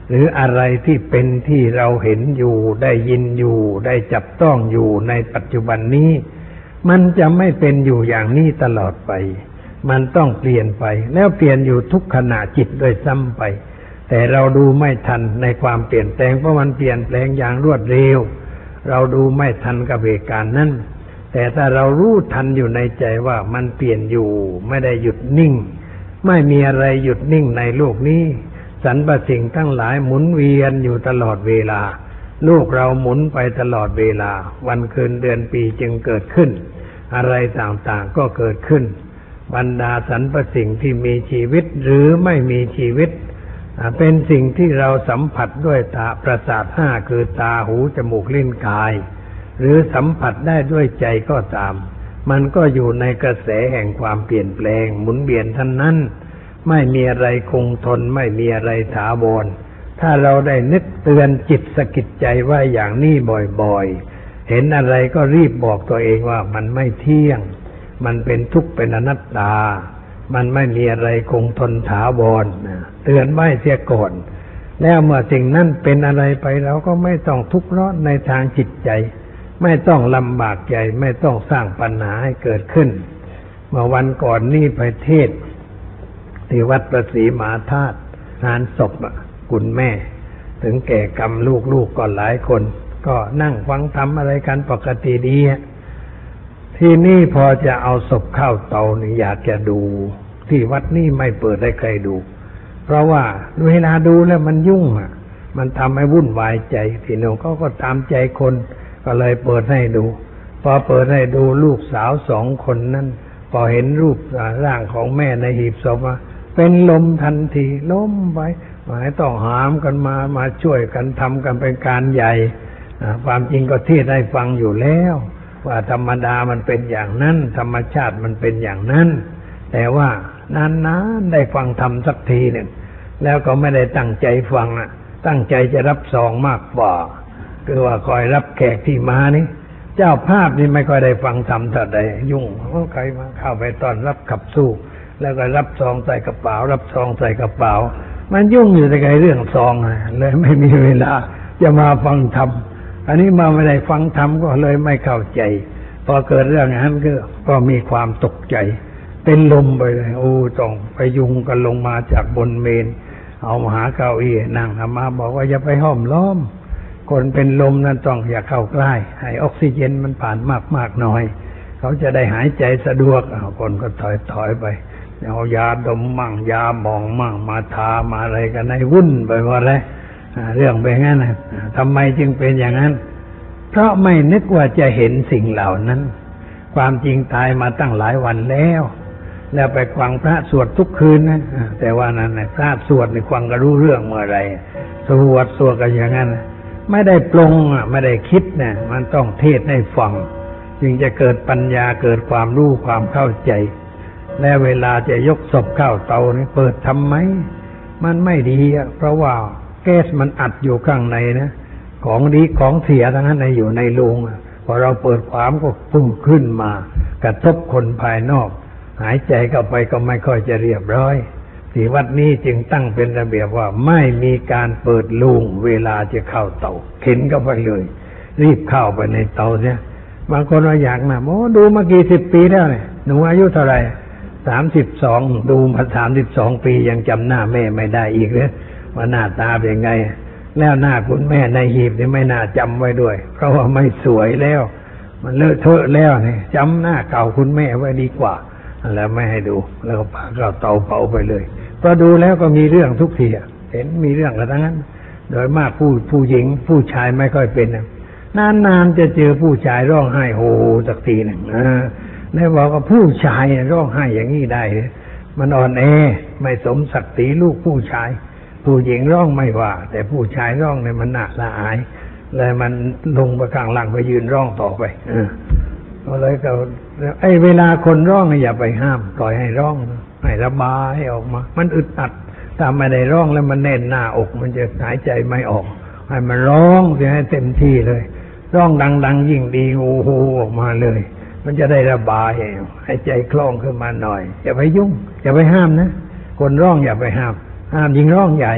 หรืออะไรที่เป็นที่เราเห็นอยู่ได้ยินอยู่ได้จับต้องอยู่ในปัจจุบันนี้มันจะไม่เป็นอยู่อย่างนี้ตลอดไปมันต้องเปลี่ยนไปแล้วเปลี่ยนอยู่ทุกขณะจิตด้วยซ้ำไปแต่เราดูไม่ทันในความเปลี่ยนแปลงเพราะมันเปลี่ยนแปลงอย่างรวดเร็วเราดูไม่ทันกับเหตุการณ์นั้นแต่ถ้าเรารู้ทันอยู่ในใจว่ามันเปลี่ยนอยู่ไม่ได้หยุดนิ่งไม่มีอะไรหยุดนิ่งในโลกนี้สรรพสิ่งทั้งหลายหมุนเวียนอยู่ตลอดเวลาโลกเราหมุนไปตลอดเวลาวันคืนเดือนปีจึงเกิดขึ้นอะไรต่างๆก็เกิดขึ้นบรรดาสรรพสิ่งที่มีชีวิตหรือไม่มีชีวิตเป็นสิ่งที่เราสัมผัสด้วยตาประสาทห้าคือตาหูจมูกลิ้นกายหรือสัมผัสได้ด้วยใจก็ตามมันก็อยู่ในกระแสแห่งความเปลี่ยนแปลงหมุนเวียนทั้งนั้นไม่มีอะไรคงทนไม่มีอะไรถาวรถ้าเราได้นึกเตือนจิตสะกิดใจว่าอย่างนี้บ่อยๆเห็นอะไรก็รีบบอกตัวเองว่ามันไม่เที่ยงมันเป็นทุกข์เป็นอนัตตามันไม่มีอะไรคงทนถาวรเตือนไว้เสียก่อนแล้วเมื่อสิ่งนั้นเป็นอะไรไปเราก็ไม่ต้องทุกข์ร้อนในทางจิตใจไม่ต้องลำบากใจไม่ต้องสร้างปัญหาให้เกิดขึ้นเมื่อวันก่อนนี่ไปเทศน์ที่วัดประศรีมหาธาตุงานศพคุณแม่ถึงแก่กรรมลูกๆก็หลายคนก็นั่งฟังธรรมอะไรกันปกติดีที่นี่พอจะเอาศพเข้าเตานี่อยากจะดูที่วัดนี่ไม่เปิดให้ใครดูเพราะว่าเวลาดูแล้วมันยุ่งอ่ะมันทำให้วุ่นวายใจพี่น้องเขาก็ตามใจคนก็เลยเปิดให้ดูพอเปิดให้ดูลูกสาวสองคนนั้นพอเห็นรูปร่างของแม่ในหีบศพเป็นลมทันทีล้มไปหมายต้องหามกันมามาช่วยกันทำกันเป็นการใหญ่ความจริงก็เทศให้ฟังอยู่แล้วว่าธรรมดามันเป็นอย่างนั้นธรรมชาติมันเป็นอย่างนั้นแต่ว่านานๆได้ฟังธรรมสักทีหนึ่งแล้วก็ไม่ได้ตั้งใจฟังอ่ะตั้งใจจะรับซองมากกว่าคือว่าคอยรับแขกที่มานี่เจ้าภาพนี่ไม่ค่อยได้ฟังธรรมเท่าใดยุ่งใครมาเข้าไปต้อนรับขับสู้แล้วก็รับซองใส่กระเป๋ารับซองใส่กระเป๋ามันยุ่งอยู่ในเรื่องซองเลยไม่มีเวลาจะมาฟังธรรมอันนี้มาไม่ได้ฟังธรรมก็เลยไม่เข้าใจพอเกิดเรื่องนั้นก็ก็มีความตกใจเป็นลมไปเลยโอ้ต้องไปยุงกันลงมาจากบนเมนเอามาหาเก้าอี้นั่งมาบอกว่าอย่าไปห้อมล้อมคนเป็นลมนั้นต้องอย่าเข้าใกล้ให้ออกซิเจนมันผ่านมากๆหน่อยเขาจะได้หายใจสะดวกคนก็ถอยถอยไปเอายาดมมั่งยาหมองมั่งมาทามาอะไรกันให้วุ่นไปหมดเลยเรื่องเป็นงั้นนะทำไมจึงเป็นอย่างนั้นเพราะไม่นึกว่าจะเห็นสิ่งเหล่านั้นความจริงตายมาตั้งหลายวันแล้วแล้วไปฟังพระสวดทุกคืนนะแต่ว่านั้นนะพระสวดในฟังก็รู้เรื่องเมื่อไรสวดสวดกันอย่างนั้นไม่ได้ปรงอ่ะไม่ได้คิดนะมันต้องเทศให้ฟังจึงจะเกิดปัญญาเกิดความรู้ความเข้าใจและเวลาจะยกศพเข้าเตานี่เปิดทำไมมันไม่ดีอ่ะเพราะว่าแก๊สมันอัดอยู่ข้างในนะของดีของเสียทั้งนั้นอยู่ในโรงพอเราเปิดขวามก็พุ่งขึ้นมากระทบคนภายนอกหายใจเข้าไปก็ไม่ค่อยจะเรียบร้อยที่วัดนี้จึงตั้งเป็นระเบียบว่าไม่มีการเปิดโลงเวลาจะเข้าเตาเข็นเข้าไปเลยรีบเข้าไปในเตาเนี่ยบางคนว่าอยากนะโอ้ดูมากี่สิบปีแล้วเนี่ยหนูอายุเท่าไหร่สามสิบสองดูมาสามสิบสองปียังจำหน้าแม่ไม่ได้อีกเลยว่าหน้าตาเป็นไงแล้วหน้าคุณแม่ในหีบนี่ไม่น่าจำไว้ด้วยเพราะว่าไม่สวยแล้วมันเลอะเทอะแล้วเนี่ยจำหน้าเก่าคุณแม่ไว้ดีกว่าแล้วไม่ให้ดูแล้วก็พาเข้าเตาเผาไปเลยพอดูแล้วก็มีเรื่องทุกทีเห็นมีเรื่องอะไรทั้งนั้นโดยมากผู้ผู้หญิงผู้ชายไม่ค่อยเป็นนานๆจะเจอผู้ชายร้องไห้โฮสักทีหนึ่งนะแล้วบอกว่าผู้ชายร้องไห้อย่างนี้ได้มันอ่อนแอไม่สมศักดิ์ศรีลูกผู้ชายผู้หญิงร้องไม่ว่าแต่ผู้ชายร้องเนี่ยมันน่าละอายเลยมันลงไปข้างล่างไปยืนร้องต่อไปเออก็เลยก็ไอ้เวลาคนร้องอย่าไปห้ามปล่อยให้ร้องให้ระบายออกมามันอึดอัดถ้าไม่ได้ร้องแล้วมันแน่นหน้าอกมันจะหายใจไม่ออกให้มันร้องเสียให้เต็มที่เลยร้องดังๆยิ่งดีโอ้โหออกมาเลยมันจะได้ระบายให้ใจคล่องขึ้นมาหน่อยอย่าไปยุ่งอย่าไปห้ามนะคนร้องอย่าไปห้ามห้ามยิ่งร้องใหญ่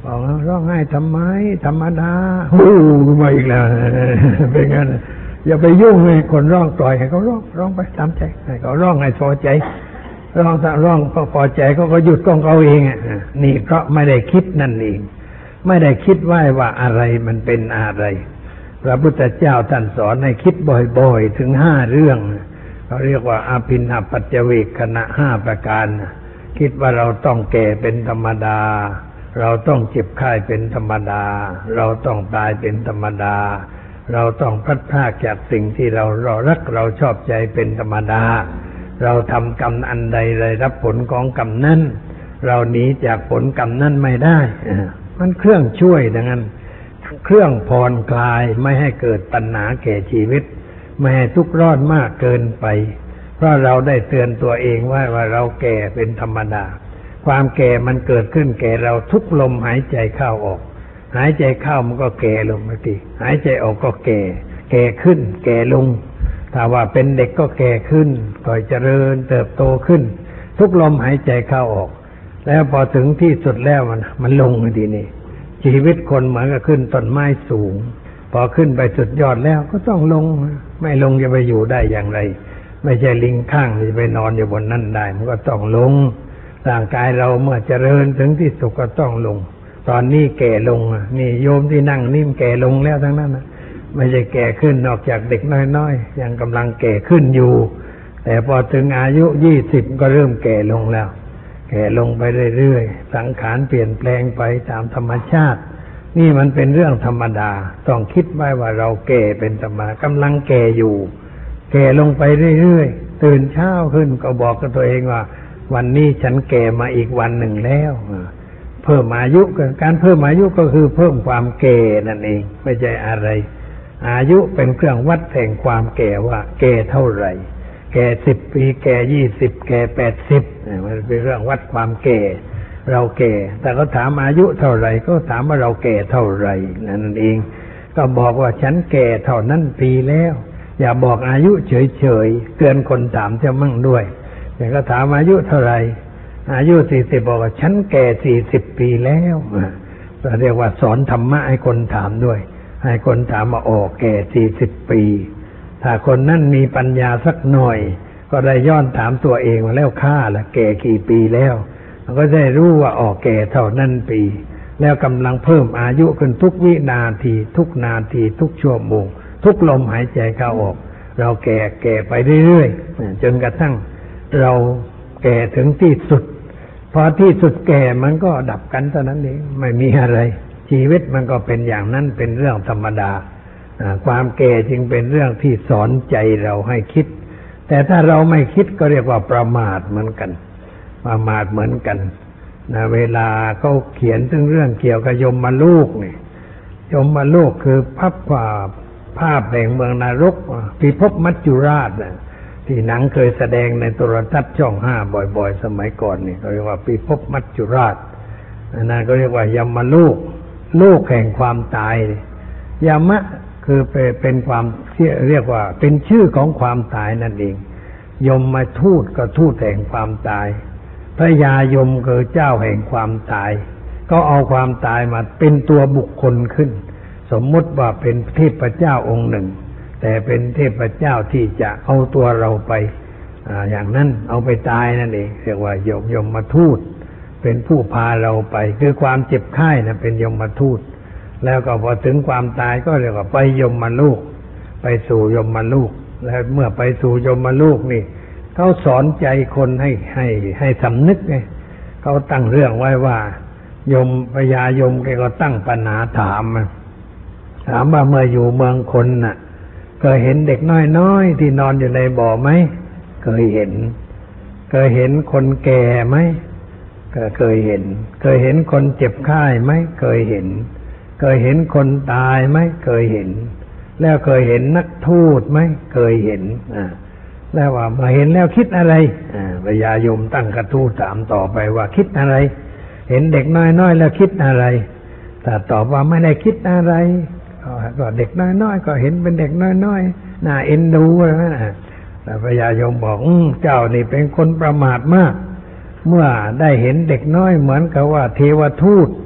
บอกร้องไห้ทำไมธรรมดาฮู้มาอีกแล้วเป็นงั้นอย่าไปยุ่งเลยคนร้องปล่อยให้เขาร้องร้องไปตามใจให้เขาร้องให้พอใจร้องถ้าร้องก็พอใจเขาก็หยุดของเขาเองอ่ะนี่เพราะไม่ได้คิดนั่นเองไม่ได้คิดไว้ว่าอะไรมันเป็นอะไรพระพุทธเจ้าท่านสอนให้คิดบ่อยๆถึงห้าเรื่องเขาเรียกว่าอาภินหปัจจเวคขณะห้าประการคิดว่าเราต้องแก่เป็นธรรมดาเราต้องเจ็บไข้เป็นธรรมดาเราต้องตายเป็นธรรมดาเราต้องพลัดพรากจากสิ่งที่เราเรารักเราชอบใจเป็นธรรมดาเราทำกรรมอันใดเลยรับผลของกรรมนั้นเราหนีจากผลกรรมนั้นไม่ได้มันเครื่องช่วยดังนั้นเครื่องผ่อนคลายไม่ให้เกิดตัณหาแก่ชีวิตไม่ให้ทุกข์ร้อนมากเกินไปเพราะเราได้เตือนตัวเองว่าว่าเราแก่เป็นธรรมดาความแก่มันเกิดขึ้นแก่เราทุกลมหายใจเข้าออกหายใจเข้ามันก็แก่ลงไปทีหายใจออกก็แก่แก่ขึ้นแก่ลงถ้าว่าเป็นเด็กก็แก่ขึ้นก็เจริญเติบโตขึ้นทุกลมหายใจเข้าออกแล้วพอถึงที่สุดแล้วมันมันลงทีนี้ชีวิตคนเหมือนกับขึ้นต้นไม้สูงพอขึ้นไปสุดยอดแล้วก็ต้องลงไม่ลงจะไปอยู่ได้อย่างไรไม่ใช่ลิงข้างจะไปนอนอยู่บนนั้นได้มันก็ต้องลงร่างกายเราเมื่อเจริญถึงที่สุดก็ต้องลงตอนนี้แก่ลงนี่โยมที่นั่งนิ่มแก่ลงแล้วทั้งนั้นนะไม่ใช่แก่ขึ้นนอกจากเด็กน้อยๆยังกำลังแก่ขึ้นอยู่แต่พอถึงอายุยี่สิบก็เริ่มแก่ลงแล้วแก่ลงไปเรื่อยๆสังขารเปลี่ยนแปลงไปตามธรรมชาตินี่มันเป็นเรื่องธรรมดาต้องคิดไว้ว่าเราแก่เป็นธรรมดากำลังแก่อยู่แก่ลงไปเรื่อยๆตื่นเช้าขึ้นก็บอกกับตัวเองว่าวันนี้ฉันแก่มาอีกวันหนึ่งแล้วเพิ่มอายุการเพิ่มอายุก็คือเพิ่มความแก่นั่นเองไม่ใช่อะไรอายุเป็นเครื่องวัดแห่งความแก่ว่าแก่เท่าไหร่แก่สิบปีแก่ยี่สิบแก่แปดสิบมันเป็นเรื่องวัดความแก่เราแก่แต่ก็ถามอายุเท่าไหร่ก็ถามว่าเราแก่เท่าไหร่นั่นเองก็บอกว่าฉันแก่เท่านั้นปีแล้วอย่าบอกอายุเฉยๆเตือนคนถามจะมั่งด้วยแต่ก็ถามอายุเท่าไหร่อายุสี่สิบบอกว่าฉันแก่สี่สิบปีแล้วเรียกว่าสอนธรรมะให้คนถามด้วยให้คนถามว่าโอ้แก่สี่สิบปีถ้าคนนั้นมีปัญญาสักหน่อยก็ได้ย้อนถามตัวเองว่าแล้วข้าล่ะแก่กี่ปีแล้วมันก็ได้รู้ว่าอ๋อแก่เท่านั้นปีแล้วกำลังเพิ่มอายุขึ้นทุกวินาทีทุกนาทีทุกชั่วโมงทุกลมหายใจเข้าออกเราแก่แก่ไปเรื่อยๆจนกระทั่งเราแก่ถึงที่สุดพอที่สุดแก่มันก็ดับกันเท่านั้นเองไม่มีอะไรชีวิตมันก็เป็นอย่างนั้นเป็นเรื่องธรรมดาความแก่จึงเป็นเรื่องที่สอนใจเราให้คิดแต่ถ้าเราไม่คิดก็เรียกว่าประมาทเหมือนกันประมาทเหมือนกันนะเวลาเขาเขียนถึงเรื่องเกี่ยวกับยมลูกนี่ยมลูกคือภาพภาพแห่งเมืองนรกพิภพมัจจุราชนะที่หนังเคยแสดงในโทรทัศน์ช่องห้าบ่อยๆสมัยก่อนนี่เขาเรียกว่าพิภพมัจจุราชนั่นก็เรียกว่ายมลูกลูกแห่งความตายยมะคือเป็นความเรียกว่าเป็นชื่อของความตายนั่นเองยมมาทูตก็ทูตแห่งความตายพระยายมคือเจ้าแห่งความตายก็เอาความตายมาเป็นตัวบุคคลขึ้นสมมติว่าเป็นเทพเจ้าองค์หนึ่งแต่เป็นเทพเจ้าที่จะเอาตัวเราไปอ่าอย่างนั้นเอาไปตายนั่นเองเรียกว่ายมยมมาทูตเป็นผู้พาเราไปคือความเจ็บไข้นะเป็นยมมาทูตแล้วก็พอถึงความตายก็เรียกว่าไปยมมาลูกไปสู่ยมมาลูกแล้วเมื่อไปสู่ยมมาลูกนี่เขาสอนใจคนให้ให้ให้สำนึกไงเขาตั้งเรื่องไว้ว่ายมพญายมแกก็ตั้งปัญหาถามถามว่าเมื่ออยู่เมืองคนน่ะเคยเห็นเด็กน้อยๆที่นอนอยู่ในบ่อไหมเคยเห็นเคยเห็นคนแก่ไหมก็เคยเห็นเคยเห็นคนเจ็บไข้ไหมเคยเห็นเคยเห็นคนตายไหมเคยเห็นแล้วเคยเห็นนักทูตไหมเคยเห็นอ่าแล้วว่ามาเห็นแล้วคิดอะไรอ่าพญายมตั้งกระทู้ถามต่อไปว่าคิดอะไรเห็นเด็กน้อยๆแล้วคิดอะไรถ้าตอบว่าไม่ได้คิดอะไรก็เด็กน้อยๆก็เห็นเป็นเด็กน้อยๆน่าเอ็นดูอะไรนั่นน่ะแต่พญายมบอกอืมเจ้านี่เป็นคนประมาทมากเมื่อได้เห็นเด็กน้อยเหมือนกับว่าเทวทูต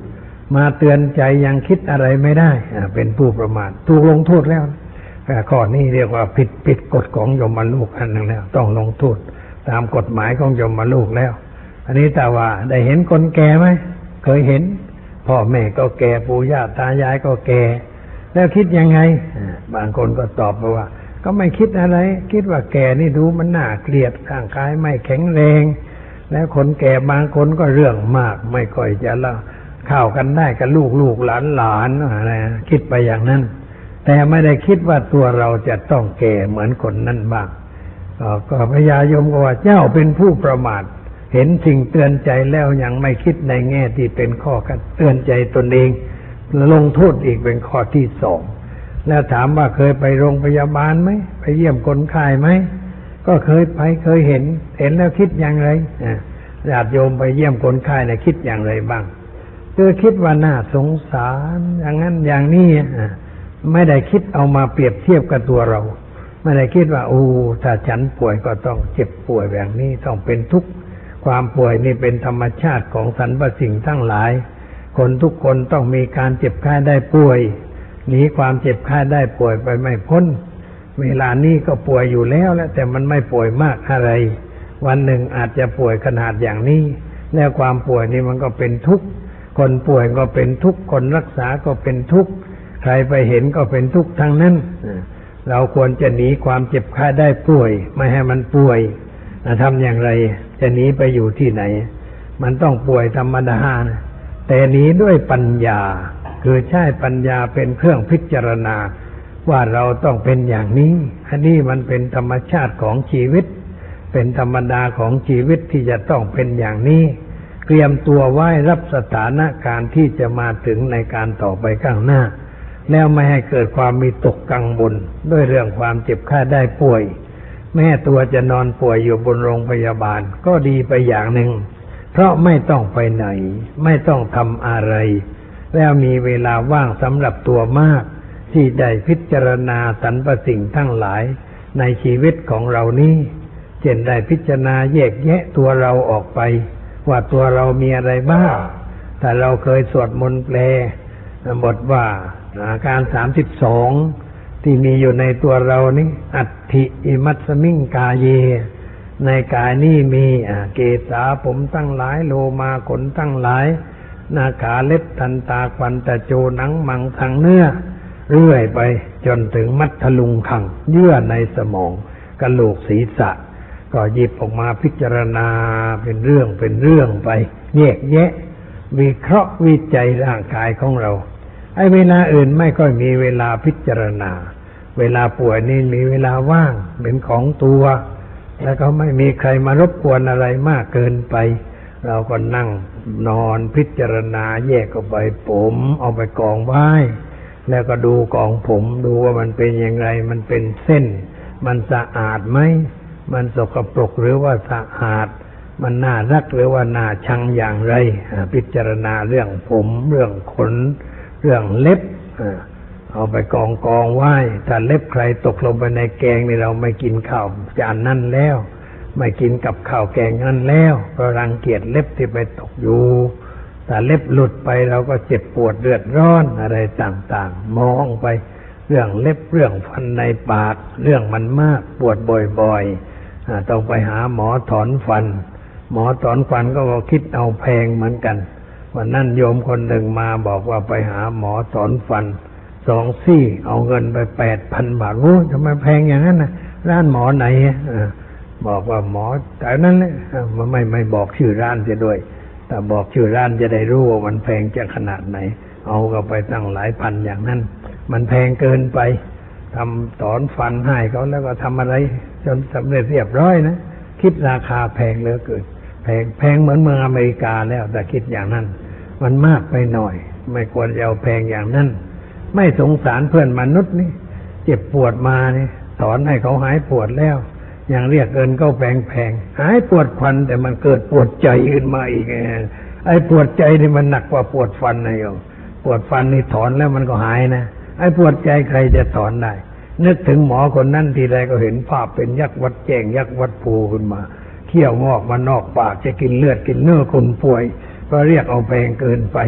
มาเตือนใจยังคิดอะไรไม่ได้เป็นผู้ประมาทถูกลงโทษแล้วข้อนี้เรียกว่าผิดผิดกฎของยมลูกอันหนึ่งแล้วต้องลงโทษตามกฎหมายของยมลูกแล้วอันนี้แต่ว่าได้เห็นคนแก่ไหมเคยเห็นพ่อแม่ก็แก่ปู่ย่าตายายก็แก่แล้วคิดยังไงบางคนก็ตอบไปว่าก็ไม่คิดอะไรคิดว่าแก่นี่ดูมันน่าเกลียดร่างกายไม่แข็งแรงแล้วคนแก่บางคนก็เรื่องมากไม่ค่อยจะละเข้ากันได้กับลูกลูกหลานหลานอะไรคิดไปอย่างนั้นแต่ไม่ได้คิดว่าตัวเราจะต้องแก่เหมือนคนนั้นบ้างก็พญายมก็ว่าเจ้าเป็นผู้ประมาทเห็นสิ่งเตือนใจแล้วยังไม่คิดในแง่ที่เป็นข้อเตือนใจตนเองลงโทษอีกเป็นข้อที่สองแล้วถามว่าเคยไปโรงพยาบาลไหมไปเยี่ยมคนไข้ไหมก็เคยไปเคยเห็นเห็นแล้วคิดอย่างไรญาติโยมไปเยี่ยมคนไข้เนี่ยคิดอย่างไรบ้างคือคิดว่าน่าสงสารอย่างนั้นอย่างนี้ไม่ได้คิดเอามาเปรียบเทียบกับตัวเราไม่ได้คิดว่าโอ้ถ้าฉันป่วยก็ต้องเจ็บป่วยแบบนี้ต้องเป็นทุกข์ความป่วยนี่เป็นธรรมชาติของสรรพสิ่งทั้งหลายคนทุกคนต้องมีการเจ็บไข้ได้ป่วยหนีความเจ็บไข้ได้ป่วยไปไม่พ้นเวลานี้ก็ป่วยอยู่แล้วแหละแต่มันไม่ป่วยมากอะไรวันหนึ่งอาจจะป่วยขนาดอย่างนี้แล้วความป่วยนี่มันก็เป็นทุกข์คนป่วยก็เป็นทุกข์คนรักษาก็เป็นทุกข์ใครไปเห็นก็เป็นทุกข์ทั้งนั้นเราควรจะหนีความเจ็บไข้ได้ป่วยไม่ให้มันป่วยทำอย่างไรจะหนีไปอยู่ที่ไหนมันต้องป่วยธรรมดานะแต่หนีด้วยปัญญาคือใช้ปัญญาเป็นเครื่องพิจารณาว่าเราต้องเป็นอย่างนี้อันนี้มันเป็นธรรมชาติของชีวิตเป็นธรรมดาของชีวิตที่จะต้องเป็นอย่างนี้เตรียมตัวไว้รับสถานการณ์ที่จะมาถึงในการต่อไปข้างหน้าแล้วไม่ให้เกิดความมีตกกังวลด้วยเรื่องความเจ็บไข้ได้ป่วยแม้ตัวจะนอนป่วยอยู่บนโรงพยาบาลก็ดีไปอย่างหนึ่งเพราะไม่ต้องไปไหนไม่ต้องทำอะไรแล้วมีเวลาว่างสำหรับตัวมากที่ได้พิจารณาสรรพสิ่งทั้งหลายในชีวิตของเรานี้เช่นได้พิจารณาแยกแยะตัวเราออกไปว่าตัวเรามีอะไรบ้างแต่เราเคยสวดมนต์แปลบทว่าอาการสามสิบสองที่มีอยู่ในตัวเรานี้อัตถิอิมัสมิงกายเยในกายนี้มีเกศาผมตั้งหลายโลมาขนตั้งหลายนาขาเล็บทันตาควันตะโจหนังมังทางเนื้อเรื่อยไปจนถึงมัทธลุงคังเยื่อในสมองกะโหลกศีรษะก็หยิบออกมาพิจารณาเป็นเรื่องเป็นเรื่องไปแยกแยะวิเคราะห์วิจัยร่างกายของเราไอ้เวลาอื่นไม่ค่อยมีเวลาพิจารณาเวลาป่วยนี่มีเวลาว่างเป็นของตัวแล้วก็ไม่มีใครมารบกวนอะไรมากเกินไปเราก็นั่งนอนพิจารณาแยกออกไปผมเอาไปกองไว้แล้วก็ดูกองผมดูว่ามันเป็นอย่างไรมันเป็นเส้นมันสะอาดไหมมันสกปรกหรือว่าสะอาดมันน่ารักหรือว่าน่าชังอย่างไรพิจารณาเรื่องผมเรื่องขนเรื่องเล็บเอาไปกองกองไว้ถ้าเล็บใครตกลงไปในแกงนี่เราไม่กินข้าวจานนั่นแล้วไม่กินกับข้าวแกงนั่นแล้วเพราะรังเกียจเล็บที่ไปตกอยู่แต่เล็บหลุดไปเราก็เจ็บปวดเดือดร้อนอะไรต่างๆมองไปเรื่องเล็บเรื่องฟันในปากเรื่องมันมากปวดบ่อยๆต้องไปหาหมอถอนฟันหมอถอนฟันก็คิดเอาแพงเหมือนกันวันนั้นโยมคนหนึ่งมาบอกว่าไปหาหมอถอนฟันสองซี่เอาเงินไปแปดพันบาทโอ้ทำไมแพงอย่างนั้นนะร้านหมอไหนบอกว่าหมอแต่นั้นเลยมันไม่ไม่บอกชื่อร้านจะด้วยแต่บอกชื่อร้านจะได้รู้ว่ามันแพงจะขนาดไหนเอาก็ไปตั้งหลายพันอย่างนั้นมันแพงเกินไปทำถอนฟันให้เขาแล้วก็ทำอะไรจนสำเร็จเรียบร้อยนะคิดราคาแพงเหลือเกินแพงแพงเหมือนเมืองอเมริกาแล้วแต่คิดอย่างนั้นมันมากไปหน่อยไม่ควรจะเอาแพงอย่างนั้นไม่สงสารเพื่อนมนุษย์นี่เจ็บปวดมานี่ถอนให้เขาหายปวดแล้วยังเรียกเงินก็แพงๆหายปวดฟันแต่มันเกิดปวดใจขึ้นมาอีกไอ้ปวดใจนี่มันหนักกว่าปวดฟันนะโยมปวดฟันนี่ถอนแล้วมันก็หายนะไอ้ปวดใจใครจะถอนได้นึกถึงหมอคนนั้นทีไรก็เห็นภาพเป็นยักษ์วัดแจ้งยักษ์วัดภูขึ้นมาเขี้ยวงอกมานอกปากจะกินเลือดกินเนื้อคนป่วยก็เรียกเอาแพงเกินไป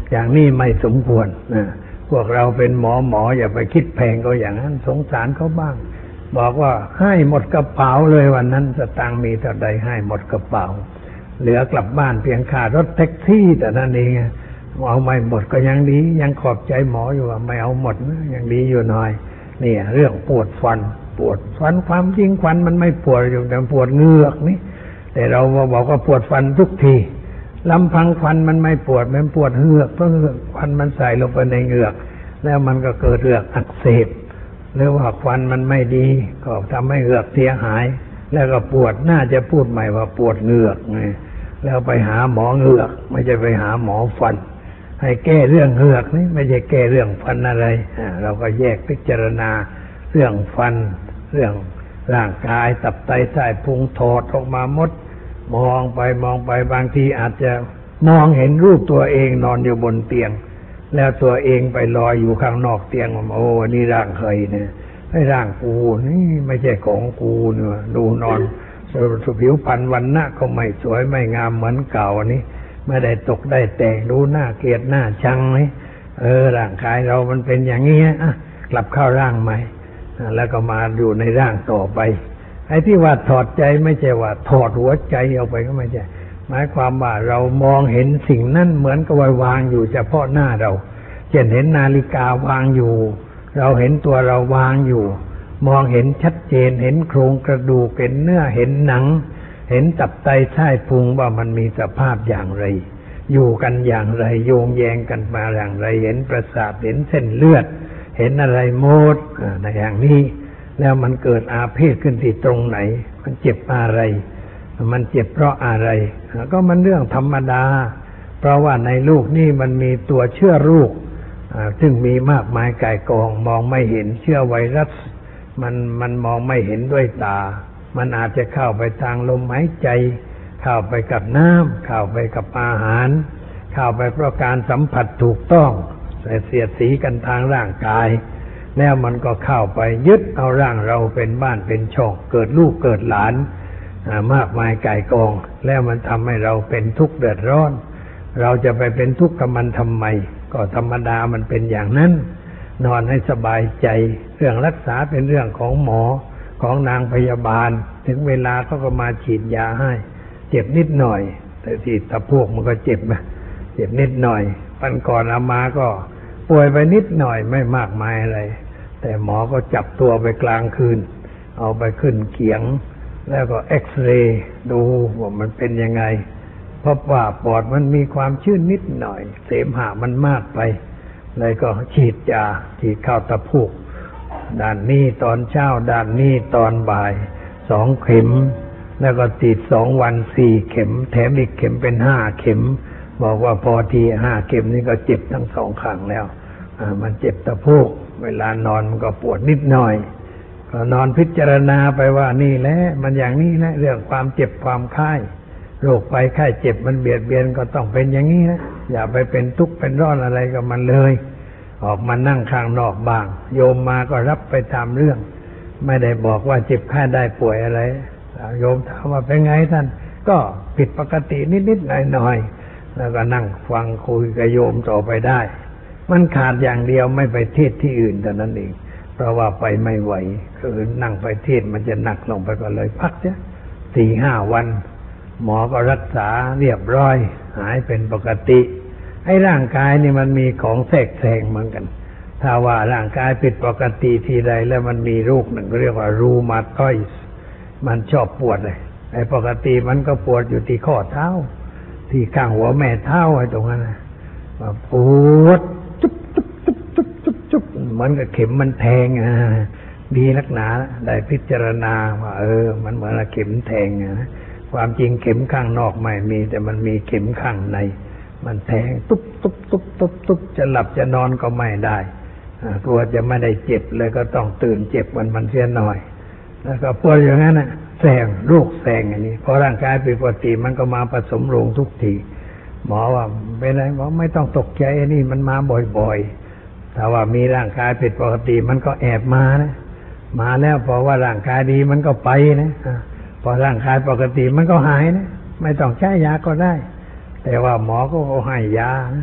อย่างนี้ไม่สมควรนะพวกเราเป็นหมอหมออย่าไปคิดแพงก็อย่างนั้นสงสารเขาบ้างบอกว่าให้หมดกระเป๋าเลยวันนั้นสตางค์มีเท่าใดให้หมดกระเป๋าเหลือกลับบ้านเพียงค่ารถแท็กซี่แต่นั่นเองเอาไม่หมดก็ยังดียังขอบใจหมออยู่ว่าไม่เอาหมดนะยังดีอยู่หน่อยนี่เรื่องปวดฟันปวดฟันความจริงฟันมันไม่ปวดอยู่แต่ปวดเหงือกนี่แต่เราบอกว่าปวดฟันทุกทีลำพังฟันมันไม่ปวดมันปวดเหงือกเพราะฟันมันใส่ลงไปในเหงือกแล้วมันก็เกิดเหงือกอักเสบหรือว่าฟันมันไม่ดีก็ทำให้เหงือกเสียหายแล้วก็ปวดน่าจะพูดใหม่ว่าปวดเหงือกไงแล้วไปหาหมอเหงือกไม่ใช่ไปหาหมอฟันให้แก้เรื่องเหงือกนี่ไม่ใช่แก้เรื่องฟันอะไรเราก็แยกพิจารณาเรื่องฟันเรื่องร่างกายตับไตไส้พุงถอดออกมาหมดมองไปมองไปบางทีอาจจะมองเห็นรูปตัวเองนอนอยู่บนเตียงแล้วตัวเองไปลอยอยู่ข้างนอกเตียงว่าโอ้นี่ร่างใครเนี่ยไอ้ร่างกูนี่ไม่ใช่ของกูเนี่ยดูนอนสุผิวพรรณวันหน้าก็ไม่สวยไม่งามเหมือนเก่านี่ไม่ได้ตกได้แต่งดูหน้าเกลียดหน้าชังไหมเออร่างกายเรามันเป็นอย่างนี้อ่ะกลับเข้าร่างใหม่แล้วก็มาอยู่ในร่างต่อไปไอ้ที่ว่าถอดใจไม่ใช่ว่าถอดหัวใจออกไปก็ไม่ใช่หมายความว่าเรามองเห็นสิ่งนั้นเหมือนกับวางอยู่เฉพาะหน้าเราเช่นเห็นนาฬิกาวางอยู่เราเห็นตัวเราวางอยู่มองเห็นชัดเจนเห็นโครงกระดูกเห็นเนื้อเห็นหนังเห็นตับไตไส้พุงว่ามันมีสภาพอย่างไรอยู่กันอย่างไรโยงแยงกันมาอย่างไรเห็นประสาทเห็นเส้นเลือดเห็นอะไรหมดในอย่างนี้แล้วมันเกิดอาเพศขึ้นที่ตรงไหนมันเจ็บอะไรมันเจ็บเพราะอะไรก็มันเรื่องธรรมดาเพราะว่าในลูกนี่มันมีตัวเชื้อโรคซึ่งมีมากมายก่ายกองมองไม่เห็นเชื้อไวรัสมันมันมองไม่เห็นด้วยตามันอาจจะเข้าไปทางลมหายใจเข้าไปกับน้ำเข้าไปกับอาหารเข้าไปเพราะการสัมผัสถูกต้องแต่เสียดสีกันทางร่างกายแล้วมันก็เข้าไปยึดเอาร่างเราเป็นบ้านเป็นช่องเกิดลูกเกิดหลานมากมายก่ายกองแล้วมันทำให้เราเป็นทุกข์เดือดร้อนเราจะไปเป็นทุกข์กับมันทำไมก็ธรรมดามันเป็นอย่างนั้นนอนให้สบายใจเรื่องรักษาเป็นเรื่องของหมอของนางพยาบาลถึงเวลาเขาก็มาฉีดยาให้เจ็บนิดหน่อยแต่ที่ตะพวกมันก็เจ็บนะเจ็บนิดหน่อยปันก่อนอามาก็ป่วยไปนิดหน่อยไม่มากมายอะไรแต่หมอก็จับตัวไปกลางคืนเอาไปขึ้นเขียงแล้วก็เอ็กซเรย์ดูว่ามันเป็นยังไงพบว่าปอดมันมีความชื้นนิดหน่อยเสมหะมันมากไปเลยก็ฉีดยาฉีดเข้าตะพูกด้านนี้ตอนเช้าด้านนี้ตอนบ่ายสองเข็มแล้วก็ติดสองวันสี่เข็มแถมอีกเข็มเป็นห้าเข็มบอกว่าพอทีห้าเข็มนี่ก็เจ็บทั้งสองข้างแล้วมันเจ็บตะพูกเวลานอนมันก็ปวดนิดหน่อยก็นอนพิจารณาไปว่านี่แหละมันอย่างนี้แหละเรื่องความเจ็บความไข้โรคภัยไข้เจ็บมันเบียดเบียนก็ต้องเป็นอย่างนี้นะอย่าไปเป็นทุกข์เป็นร้อนอะไรกับมันเลยออกมานั่งข้างนอกบ้างโยมมาก็รับไปตามเรื่องไม่ได้บอกว่าเจ็บไข้ได้ป่วยอะไรโยมถามว่าเป็นไงท่านก็ผิดปกตินิดๆหน่อยๆแล้วก็นั่งฟังคุยกับโยมต่อไปได้มันขาดอย่างเดียวไม่ไปเทศที่อื่นเท่านั้นเองเพราะว่าไปไม่ไหวคือนั่งไปเทศมันจะหนักลงไปก็เลยพักเสียสี่ห้าวันหมอก็รักษาเรียบร้อยหายเป็นปกติไอ้ร่างกายนี่มันมีของแทรกแซงเหมือนกันถ้าว่าร่างกายผิดปกติทีใดแล้วมันมีโรคหนึ่งเรียกว่ารูมาตอยด์มันชอบปวดเลยไอ้ปกติมันก็ปวดอยู่ที่ข้อเท้าที่ข้างหัวแม่เท้าไอ้ตรงนั้นนะปวดจุ๊บจุ๊บจุ๊บจุ๊บจุ๊บจุ๊บเหมือนกับเข็มมันแทงอ่ะดีนักหนาได้พิจารณาว่าเออมันเหมือนกับเข็มแทงนะความจริงเข็มข้างนอกไม่มีแต่มันมีเข็มข้างในมันแทงตุ๊บตุ๊บตุ๊บตุ๊บตุ๊บจะหลับจะนอนก็ไม่ได้กลัวจะไม่ได้เจ็บเลยก็ต้องตื่นเจ็บมันมันเสียหน่อยแล้วก็ปวดอย่างนั้นน่ะแซงโรคแซงอย่างนี้พอร่างกายผิดปกติมันก็มาผสมโรงทุกทีหมอว่าเป็นไรหมอไม่ต้องตกใจนี่มันมาบ่อยๆถ้าว่ามีร่างกายผิดปกติมันก็แอบมานะมาแล้วพอว่าร่างกายดีมันก็ไปนะพอร่างกายปกติมันก็หายนะไม่ต้องใช้ยาก็ได้แต่ว่าหมอก็ให้ยานะ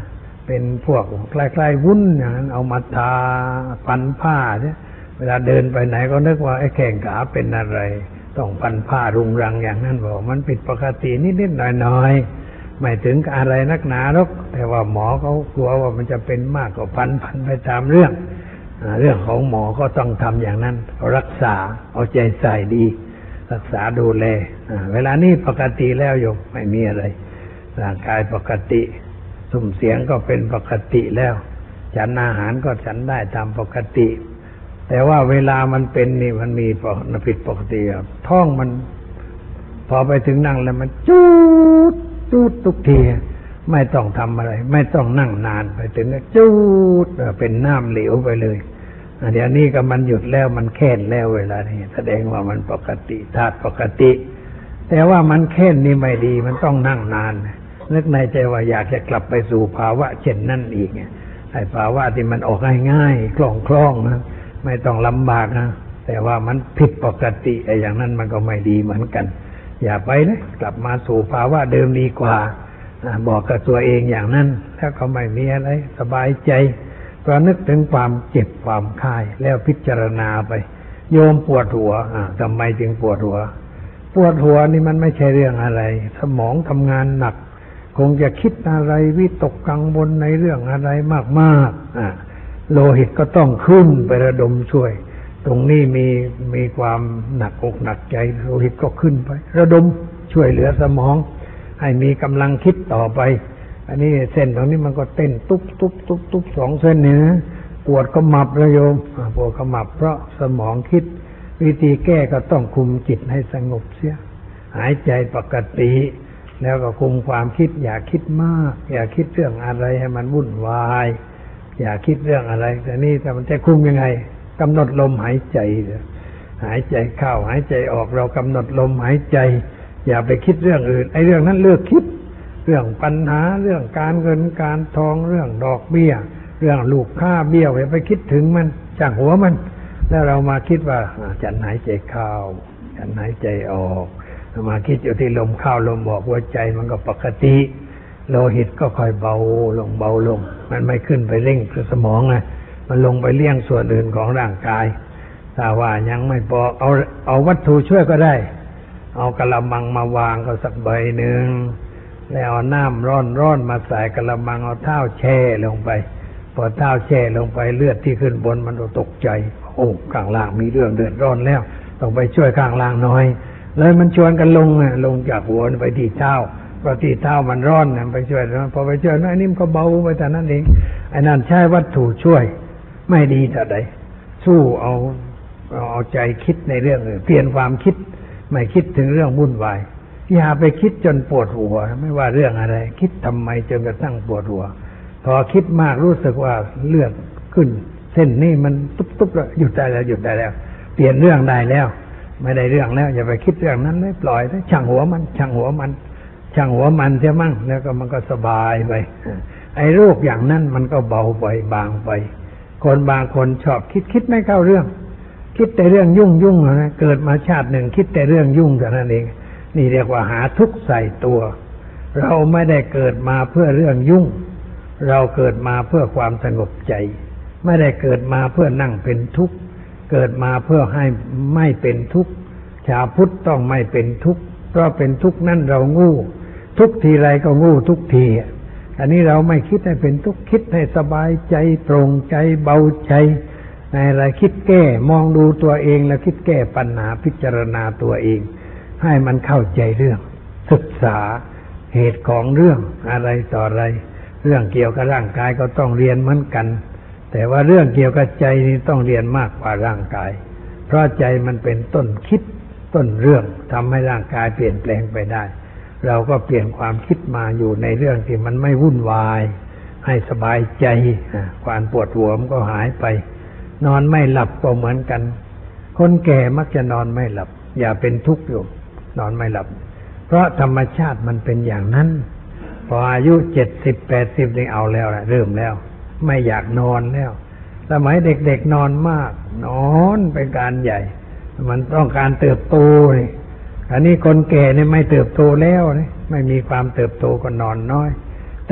เป็นพวกคล้ายๆวุ้นอย่างนั้นเอามาทาพันผ้าเนี่ยเวลาเดินไปไหนก็นึกว่าไอ้แข้งขาเป็นอะไรต้องพันผ้ารุงรังอย่างนั้นบอกมันผิดปกตินิดๆหน่อยๆไม่ถึงอะไรนักหนาหรอกแต่ว่าหมอเขากลัวว่ามันจะเป็นมากกว่าพันพันไปตามเรื่องเรื่องของหมอก็ต้องทำอย่างนั้นรักษาเอาใจใส่ดีรักษาดูแลเวลานี้ปกติแล้วโยมไม่มีอะไรร่างกายปกติสุ่มเสียงก็เป็นปกติแล้วฉันอาหารก็ฉันได้ตามปกติแต่ว่าเวลามันเป็นนี่มันมีผิดปกติท้องมันพอไปถึงนั่งแล้วมันจูดจูดทุกทีไม่ต้องทำอะไรไม่ต้องนั่งนานไปถึงก็จูดเป็นน้ำเหลวไปเลยเดี๋ยวนี้ก็มันหยุดแล้วมันแค่นแล้วเวลานี้แสดงว่ามันปกติธาตุปกติแต่ว่ามันแค่นนี่ไม่ดีมันต้องนั่งนานนึกในใจว่าอยากจะกลับไปสู่ภาวะเช่นนั่นอีกไอ้ภาวะที่มันออกง่ายๆคล่องๆนะไม่ต้องลำบากนะแต่ว่ามันผิดปกติไอ้อย่างนั้นมันก็ไม่ดีเหมือนกันอย่าไปเลยกลับมาสู่ภาวะเดิมดีกว่าบอกกับตัวเองอย่างนั้นถ้าก็ไม่มีอะไรสบายใจเพราะนึกถึงความเจ็บความคายแล้วพิจารณาไปโยมปวดหัวอ่าทำไมจึงปวดหัวปวดหัวนี่มันไม่ใช่เรื่องอะไรสมองทำงานหนักคงจะคิดอะไรวิตกกังวลในเรื่องอะไรมากๆอ่าโลหิตก็ต้องขึ้นไประดมช่วยตรงนี้มีมีความหนักอกหนักใจโลหิตก็ขึ้นไประดมช่วยเหลือสมองให้มีกำลังคิดต่อไปอันนี้เส้นตรงนี้มันก็เต้นตุ๊บตุ๊บตุ๊บตุ๊บสองเส้นนี่นะปวดขมับระโยมปวดขมับเพราะสมองคิดวิธีแก้ก็ต้องคุมจิตให้สงบเสียหายใจปกติแล้วก็คุมความคิดอย่าคิดมากอย่าคิดเรื่องอะไรให้มันวุ่นวายอย่าคิดเรื่องอะไรแต่นี่แต่มันจะคุมยังไงกำหนดลมหายใจหายใจเข้าหายใจออกเรากำหนดลมหายใจอย่าไปคิดเรื่องอื่นไอ้เรื่องนั้นเลิกคิดเรื่องปัญหาเรื่องการเงินการทองเรื่องดอกเบี้ยเรื่องลูกค้าเบี้ยวอย่าไปคิดถึงมันจ้างหัวมันแล้วเรามาคิดว่าฉันหายใจเข้าฉันหายใจออกมาคิดอยู่ที่ลมเข้าลมออกหัวใจมันก็ปกติโลหิตก็ค่อยเบาลงเบาลงมันไม่ขึ้นไปเร่งสมองไงมันลงไปเลี้ยงส่วนอื่นของร่างกายถ้าว่ายังไม่พอเอาเอาวัตถุช่วยก็ได้เอากะละมังมาวางก็สักใบหนึ่งแล้วเอาน้ำร้อนร้อนมาใส่กะละมังเอาเท้าแช่ลงไปพอเท้าแช่ลงไปเลือดที่ขึ้นบนมันตกใจโอ้ข้างล่างมีเรื่องเดือดร้อนแล้วต้องไปช่วยข้างล่างหน่อยเลยมันชวนกันลงลงจากหัวไปที่เท้าเพราะที่เท้ามันร้อนเนี่ยไปช่วยพอไปช่วยน้อยนิ่มก็เบาไปแต่นั้นเองไอ้นั่นใช้วัตถุช่วยไม่ดีเท่าใดสู้เอาเอาใจคิดในเรื่องอื่นเปลี่ยนความคิดไม่คิดถึงเรื่องวุ่นวายอย่าไปคิดจนปวดหัวไม่ว่าเรื่องอะไรคิดทำไมจนกระทั่งปวดหัวพอคิดมากรู้สึกว่าเลือดขึ้นเส้นนี่มันตุ๊บๆแล้วหยุดได้แล้วหยุดได้แล้วเปลี่ยนเรื่องได้แล้วไม่ได้เรื่องแล้วอย่าไปคิดเรื่องนั้นเลยปล่อยได้ช่างหัวมันช่างหัวมันช่างหัวมันเสียมั่งแล้วก็มันก็สบายไปไอ้โรคอย่างนั้นมันก็เบาไปบางไปคนบางคนชอบคิดคิดไม่เข้าเรื่องคิดแต่เรื่องยุ่งยุ่งนะเกิดมาชาติหนึ่งคิดแต่เรื่องยุ่งเท่านั้นเองนี่เรียกว่าหาทุกข์ใส่ตัวเราไม่ได้เกิดมาเพื่อเรื่องยุ่งเราเกิดมาเพื่อความสงบใจไม่ได้เกิดมาเพื่อนั่งเป็นทุกข์เกิดมาเพื่อให้ไม่เป็นทุกข์ชาวพุทธต้องไม่เป็นทุกข์เพราะเป็นทุกข์นั่นเรางูทุกทีไรก็งูทุกทีอันนี้เราไม่คิดให้เป็นทุกข์คิดให้สบายใจโปร่งใจเบาใจในอะไรคิดแก้มองดูตัวเองแล้วคิดแก้ปัญหาพิจารณาตัวเองให้มันเข้าใจเรื่องศึกษาเหตุของเรื่องอะไรต่ออะไรเรื่องเกี่ยวกับร่างกายก็ต้องเรียนเหมือนกันแต่ว่าเรื่องเกี่ยวกับใจนี่ต้องเรียนมากกว่าร่างกายเพราะใจมันเป็นต้นคิดต้นเรื่องทำให้ร่างกายเปลี่ยนแปลงไปได้เราก็เปลี่ยนความคิดมาอยู่ในเรื่องที่มันไม่วุ่นวายให้สบายใจความปวดหัวมันก็หายไปนอนไม่หลับก็เหมือนกันคนแก่มักจะนอนไม่หลับอย่าเป็นทุกข์อยู่นอนไม่หลับเพราะธรรมชาติมันเป็นอย่างนั้นพออายุเจ็ดสิบแปดสิบนี่เอาแล้วนะเริ่มแล้วไม่อยากนอนแล้วสมัยเด็กๆนอนมากนอนเป็นการใหญ่มันต้องการเติบโตนี่อันนี้คนแก่นี่ไม่เติบโตแล้วนี่ไม่มีความเติบโตก็นอนน้อยแต่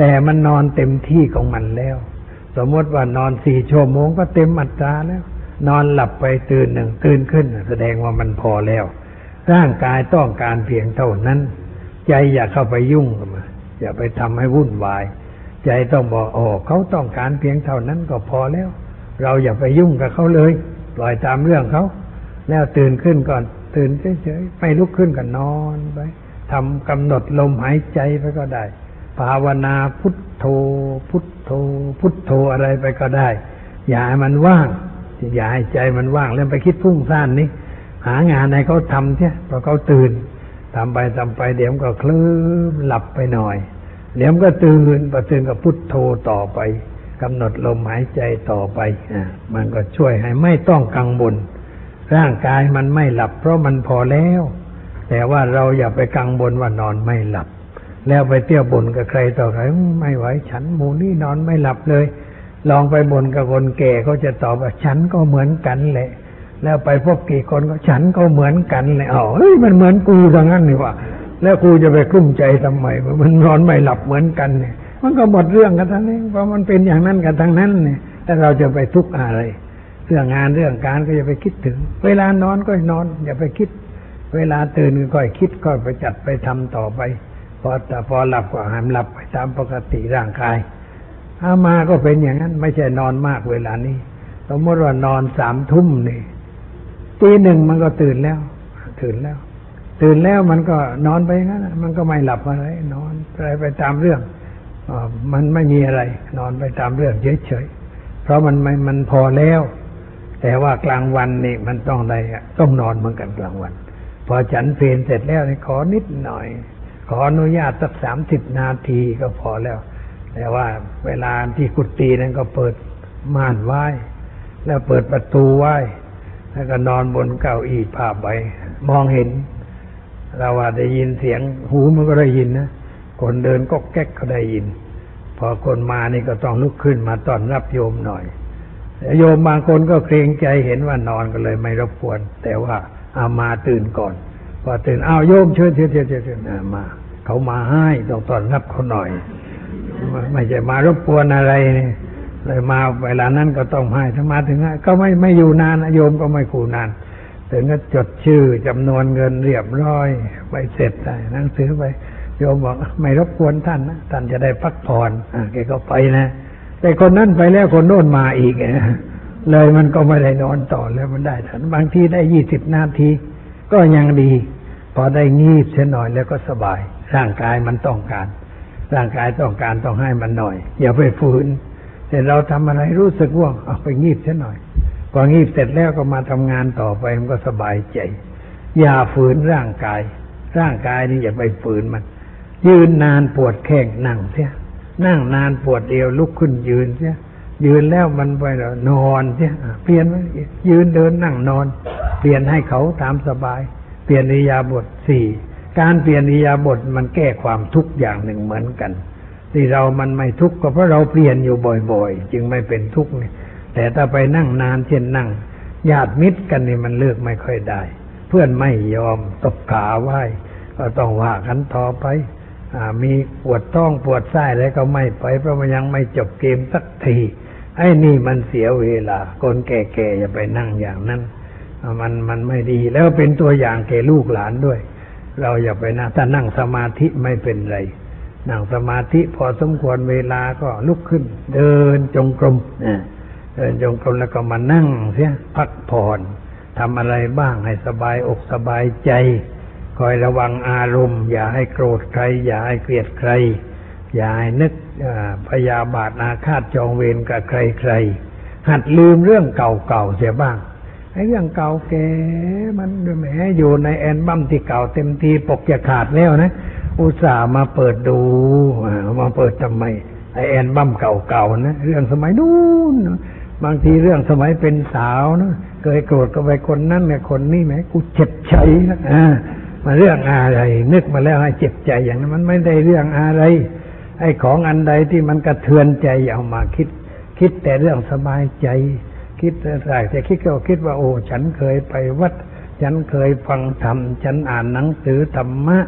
แต่มันนอนเต็มที่ของมันแล้วสมมติว่านอนสี่ชั่วโมงก็เต็มอัตราแล้วนอนหลับไปตื่นหนึ่งตื่นขึ้นแสดงว่ามันพอแล้วร่างกายต้องการเพียงเท่านั้นใจอย่าเข้าไปยุ่งกับมันอย่าไปทำให้วุ่นวายใจต้องบอกโอ้เขาต้องการเพียงเท่านั้นก็พอแล้วเราอย่าไปยุ่งกับเขาเลยปล่อยตามเรื่องเขาแล้วตื่นขึ้นก่อนตื่นเฉยๆไม่ลุกขึ้นก็นอนไปทำกำหนดลมหายใจไปก็ได้ภาวนาพุทโธพุทโธพุทโธอะไรไปก็ได้อย่าให้มันว่างอย่าให้ใจมันว่างแล้วไปคิดพุ่งซ่านนี้หางานให้เขาทำเสียพอเขาตื่นทำไปทำไปเดี๋ยวก็เคลิ้มหลับไปหน่อยเดี๋ยวก็ตื่นพอตื่นก็พุทโธต่อไปกำหนดลมหายใจต่อไปอ่ามันก็ช่วยให้ไม่ต้องกังวลร่างกายมันไม่หลับเพราะมันพอแล้วแต่ว่าเราอย่าไปกังวลว่านอนไม่หลับแล้วไปเที่ยวบ่นกับใครต่อใครไม่ไหวฉันหมูนี่นอนไม่หลับเลยลองไปบ่นกับคนแก่เขาจะตอบว่าฉันก็เหมือนกันแหละแล้วไปพบกี่คนก็ฉันก็เหมือนกันเลยอ๋อเฮ้ยมันเหมือนกูทั้งนั้นนี่ว่าแล้วกูจะไปกลุ้มใจทำไมมันนอนไม่หลับเหมือนกันเนี่ยมันก็หมดเรื่องกันทั้งนั้นเพราะมันเป็นอย่างนั้นกันทั้งนั้นเนี่ยแต่เราจะไปทุกข์อะไรเรื่องงานเรื่องการก็อย่าไปคิดถึงเวลานอนก็นอนอย่าไปคิดเวลาตื่นก็ค่อยคิดก็ไปจัดไปทำต่อไปพอแต่พอหลับก็หามหลับไปตามปกติร่างกายอามาก็เป็นอย่างนั้นไม่ใช่นอนมากเวลานี้สมมติว่านอนสามทุ่มนี่ตีหนึ่งมันก็ตื่นแล้วตื่นแล้วตื่นแล้วมันก็นอนไปงั้นมันก็ไม่หลับอะไรนอนไปไปตามเรื่องอ๋อมันไม่มีอะไรนอนไปตามเรื่องเฉยๆเพราะมันไม่มันพอแล้วแต่ว่ากลางวันนี่มันต้องได้ต้องนอนเหมือนกันกลางวันพอฉันเพลนเสร็จแล้วนี่ขอนิดหน่อยขออนุญาตสักสามสิบนาทีก็พอแล้วแต่ว่าเวลาที่กุฏินั้นก็เปิดม่านไว้แล้วเปิดประตูไว้แล้วก็นอนบนเก้าอี้ผ้าใบมองเห็นเราว่าได้ยินเสียงหูมันก็ได้ยินนะคนเดินก็แก๊กก็ได้ยินพอคนมานี่ก็ต้องลุกขึ้นมาต้อนรับโยมหน่อยโยมบางคนก็เกรงใจเห็นว่านอนก็เลยไม่รบกวนแต่ว่าเอามาตื่นก่อนพอตื่นอ้าวโยมเชิญเชิญเชิญเชิญมาเขามาให้ต้องต้อนรับเขาหน่อยไม่ใช่มารบกวนอะไรนี่เลยมาเวลานั้นก็ต้องให้ถ้ามาถึงก็ไม่ไม่อยู่นานโยมก็ไม่ขู่นานถึงก็จดชื่อจำนวนเงินเรียบร้อยไปเสร็จได้หนังสือไปโยมบอกไม่รบกวนท่านนะท่านจะได้พักผ่อนอ่าแกก็ไปนะแต่คนนั้นไปแล้วคนโน้นมาอีกเลยมันก็ไม่ได้นอนต่อแล้วมันได้ทันบางทีได้ยี่สิบนาทีก็ยังดีพอได้งีบเสียหน่อยแล้วก็สบายร่างกายมันต้องการร่างกายต้องการต้องให้มันหน่อยอย่าไปฝืนแต่เราทำอะไรรู้สึกว่าเอาไปงีบเสียหน่อยพองีบเสร็จแล้วก็มาทำงานต่อไปมันก็สบายใจอย่าฝืนร่างกายร่างกายนี่อย่าไปฝืนมันยืนนานปวดแข้งนั่งเสียนั่งนานปวดเอวลุกขึ้นยืนเสียยืนแล้วมันไปแล้วนอนเสียเปลี่ยนยืนเดินนั่งนอนเปลี่ยนให้เขาตามสบายเปลี่ยนอิริยาบถสี่การเปลี่ยนอิริยาบถมันแก้ความทุกข์อย่างหนึ่งเหมือนกันที่เรามันไม่ทุกข์ก็เพราะเราเปลี่ยนอยู่บ่อยๆจึงไม่เป็นทุกข์แต่ถ้าไปนั่งนานเช่นนั่งญาติมิตรกันนี่มันเลิกไม่ค่อยได้เพื่อนไม่ยอมตบขาไหว้ก็ต้องว่ากันต่อไปมีปวดท้องปวดไส้อะไรก็ไม่ไปเพราะมันยังไม่จบเกมสักทีไอ้นี่มันเสียเวลาคนแก่ๆอย่าไปนั่งอย่างนั้นมันมันไม่ดีแล้วเป็นตัวอย่างแก่ลูกหลานด้วยเราอย่าไปนั่งถ้านั่งสมาธิไม่เป็นไรนั่งสมาธิพอสมควรเวลาก็ลุกขึ้นเดินจงกรมเดินจงกรมแล้วก็มานั่งเสียพักผ่อนทำอะไรบ้างให้สบายอกสบายใจคอยระวังอารมณ์อย่าให้โกรธใครอย่าให้เกลียดใครอย่าให้นึกพยาบาทอาฆาตจองเวรกับใครๆหัดลืมเรื่องเก่าๆเสียบ้างไอ้เรื่องเก่าแก่มันแหมอยู่ในแอนบัมที่เก่าเต็มทีปกจะขาดแล้วนะอุตส่าห์มาเปิดดูมาเปิดทำไมไอ้แอนบัมเก่าๆนะเรื่องสมัยนู้นบางทีเรื่องสมัยเป็นสาวนะเคยโกรธก็ไปคนนั้นเนี่ยคนนี้แหมกูเจ็บใจนะอ่ามาเรื่องอะไรนึกมาแล้วให้เจ็บใจอย่างนั้นมันไม่ได้เรื่องอะไรไอ้ของอันใดที่มันกระเทือนใจเอามาคิดคิดแต่เรื่องสบายใจคิดอะไรแต่คิดก็คิดว่าโอ้ฉันเคยไปวัดฉันเคยฟังธรรมฉันอ่านหนังสือธรรมะ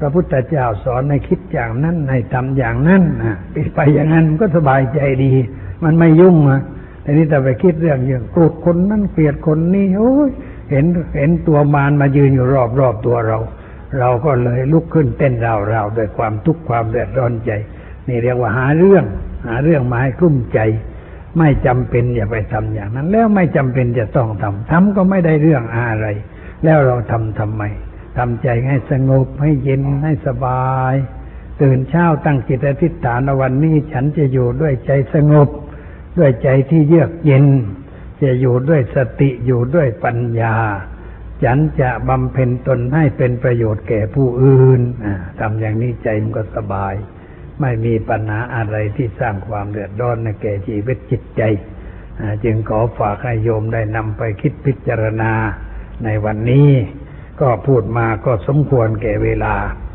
พระพุทธเจ้าสอนให้คิดอย่างนั้นให้ทำอย่างนั้นนะไปอย่างนั้นก็สบายใจดี มันไม่ยุ่งนะแต่นี่แต่ไปคิดเรื่องอย่างโกรธคนนั้นเกลียดคนนี้โอ้ยเห็นเห็นตัวมารมายืนอยู่รอบรอบตัวเราเราก็เลยลุกขึ้นเต้นราวๆด้วยความทุกข์ความเดือดร้อนใจนี่เรียกว่าหาเรื่องหาเรื่องมาให้กลุ้มใจไม่จำเป็นอย่าไปทำอย่างนั้นแล้วไม่จำเป็นจะต้องทำทำก็ไม่ได้เรื่องอะไรแล้วเราทำทำไมทำใจให้สงบให้เย็นให้สบายตื่นเช้าตั้งจิตอธิษฐานวันนี้ฉันจะอยู่ด้วยใจสงบด้วยใจที่เยือกเย็นจะอยู่ด้วยสติอยู่ด้วยปัญญาฉันจะบำเพ็ญตนให้เป็นประโยชน์แก่ผู้อื่นทำอย่างนี้ใจมันก็สบายไม่มีปัญหาอะไรที่สร้างความเดือดร้อนในแก่ชีวิตจิตใจจึงขอฝากให้โยมได้นำไปคิดพิจารณาในวันนี้ก็พูดมาก็สมควรแก่เวลา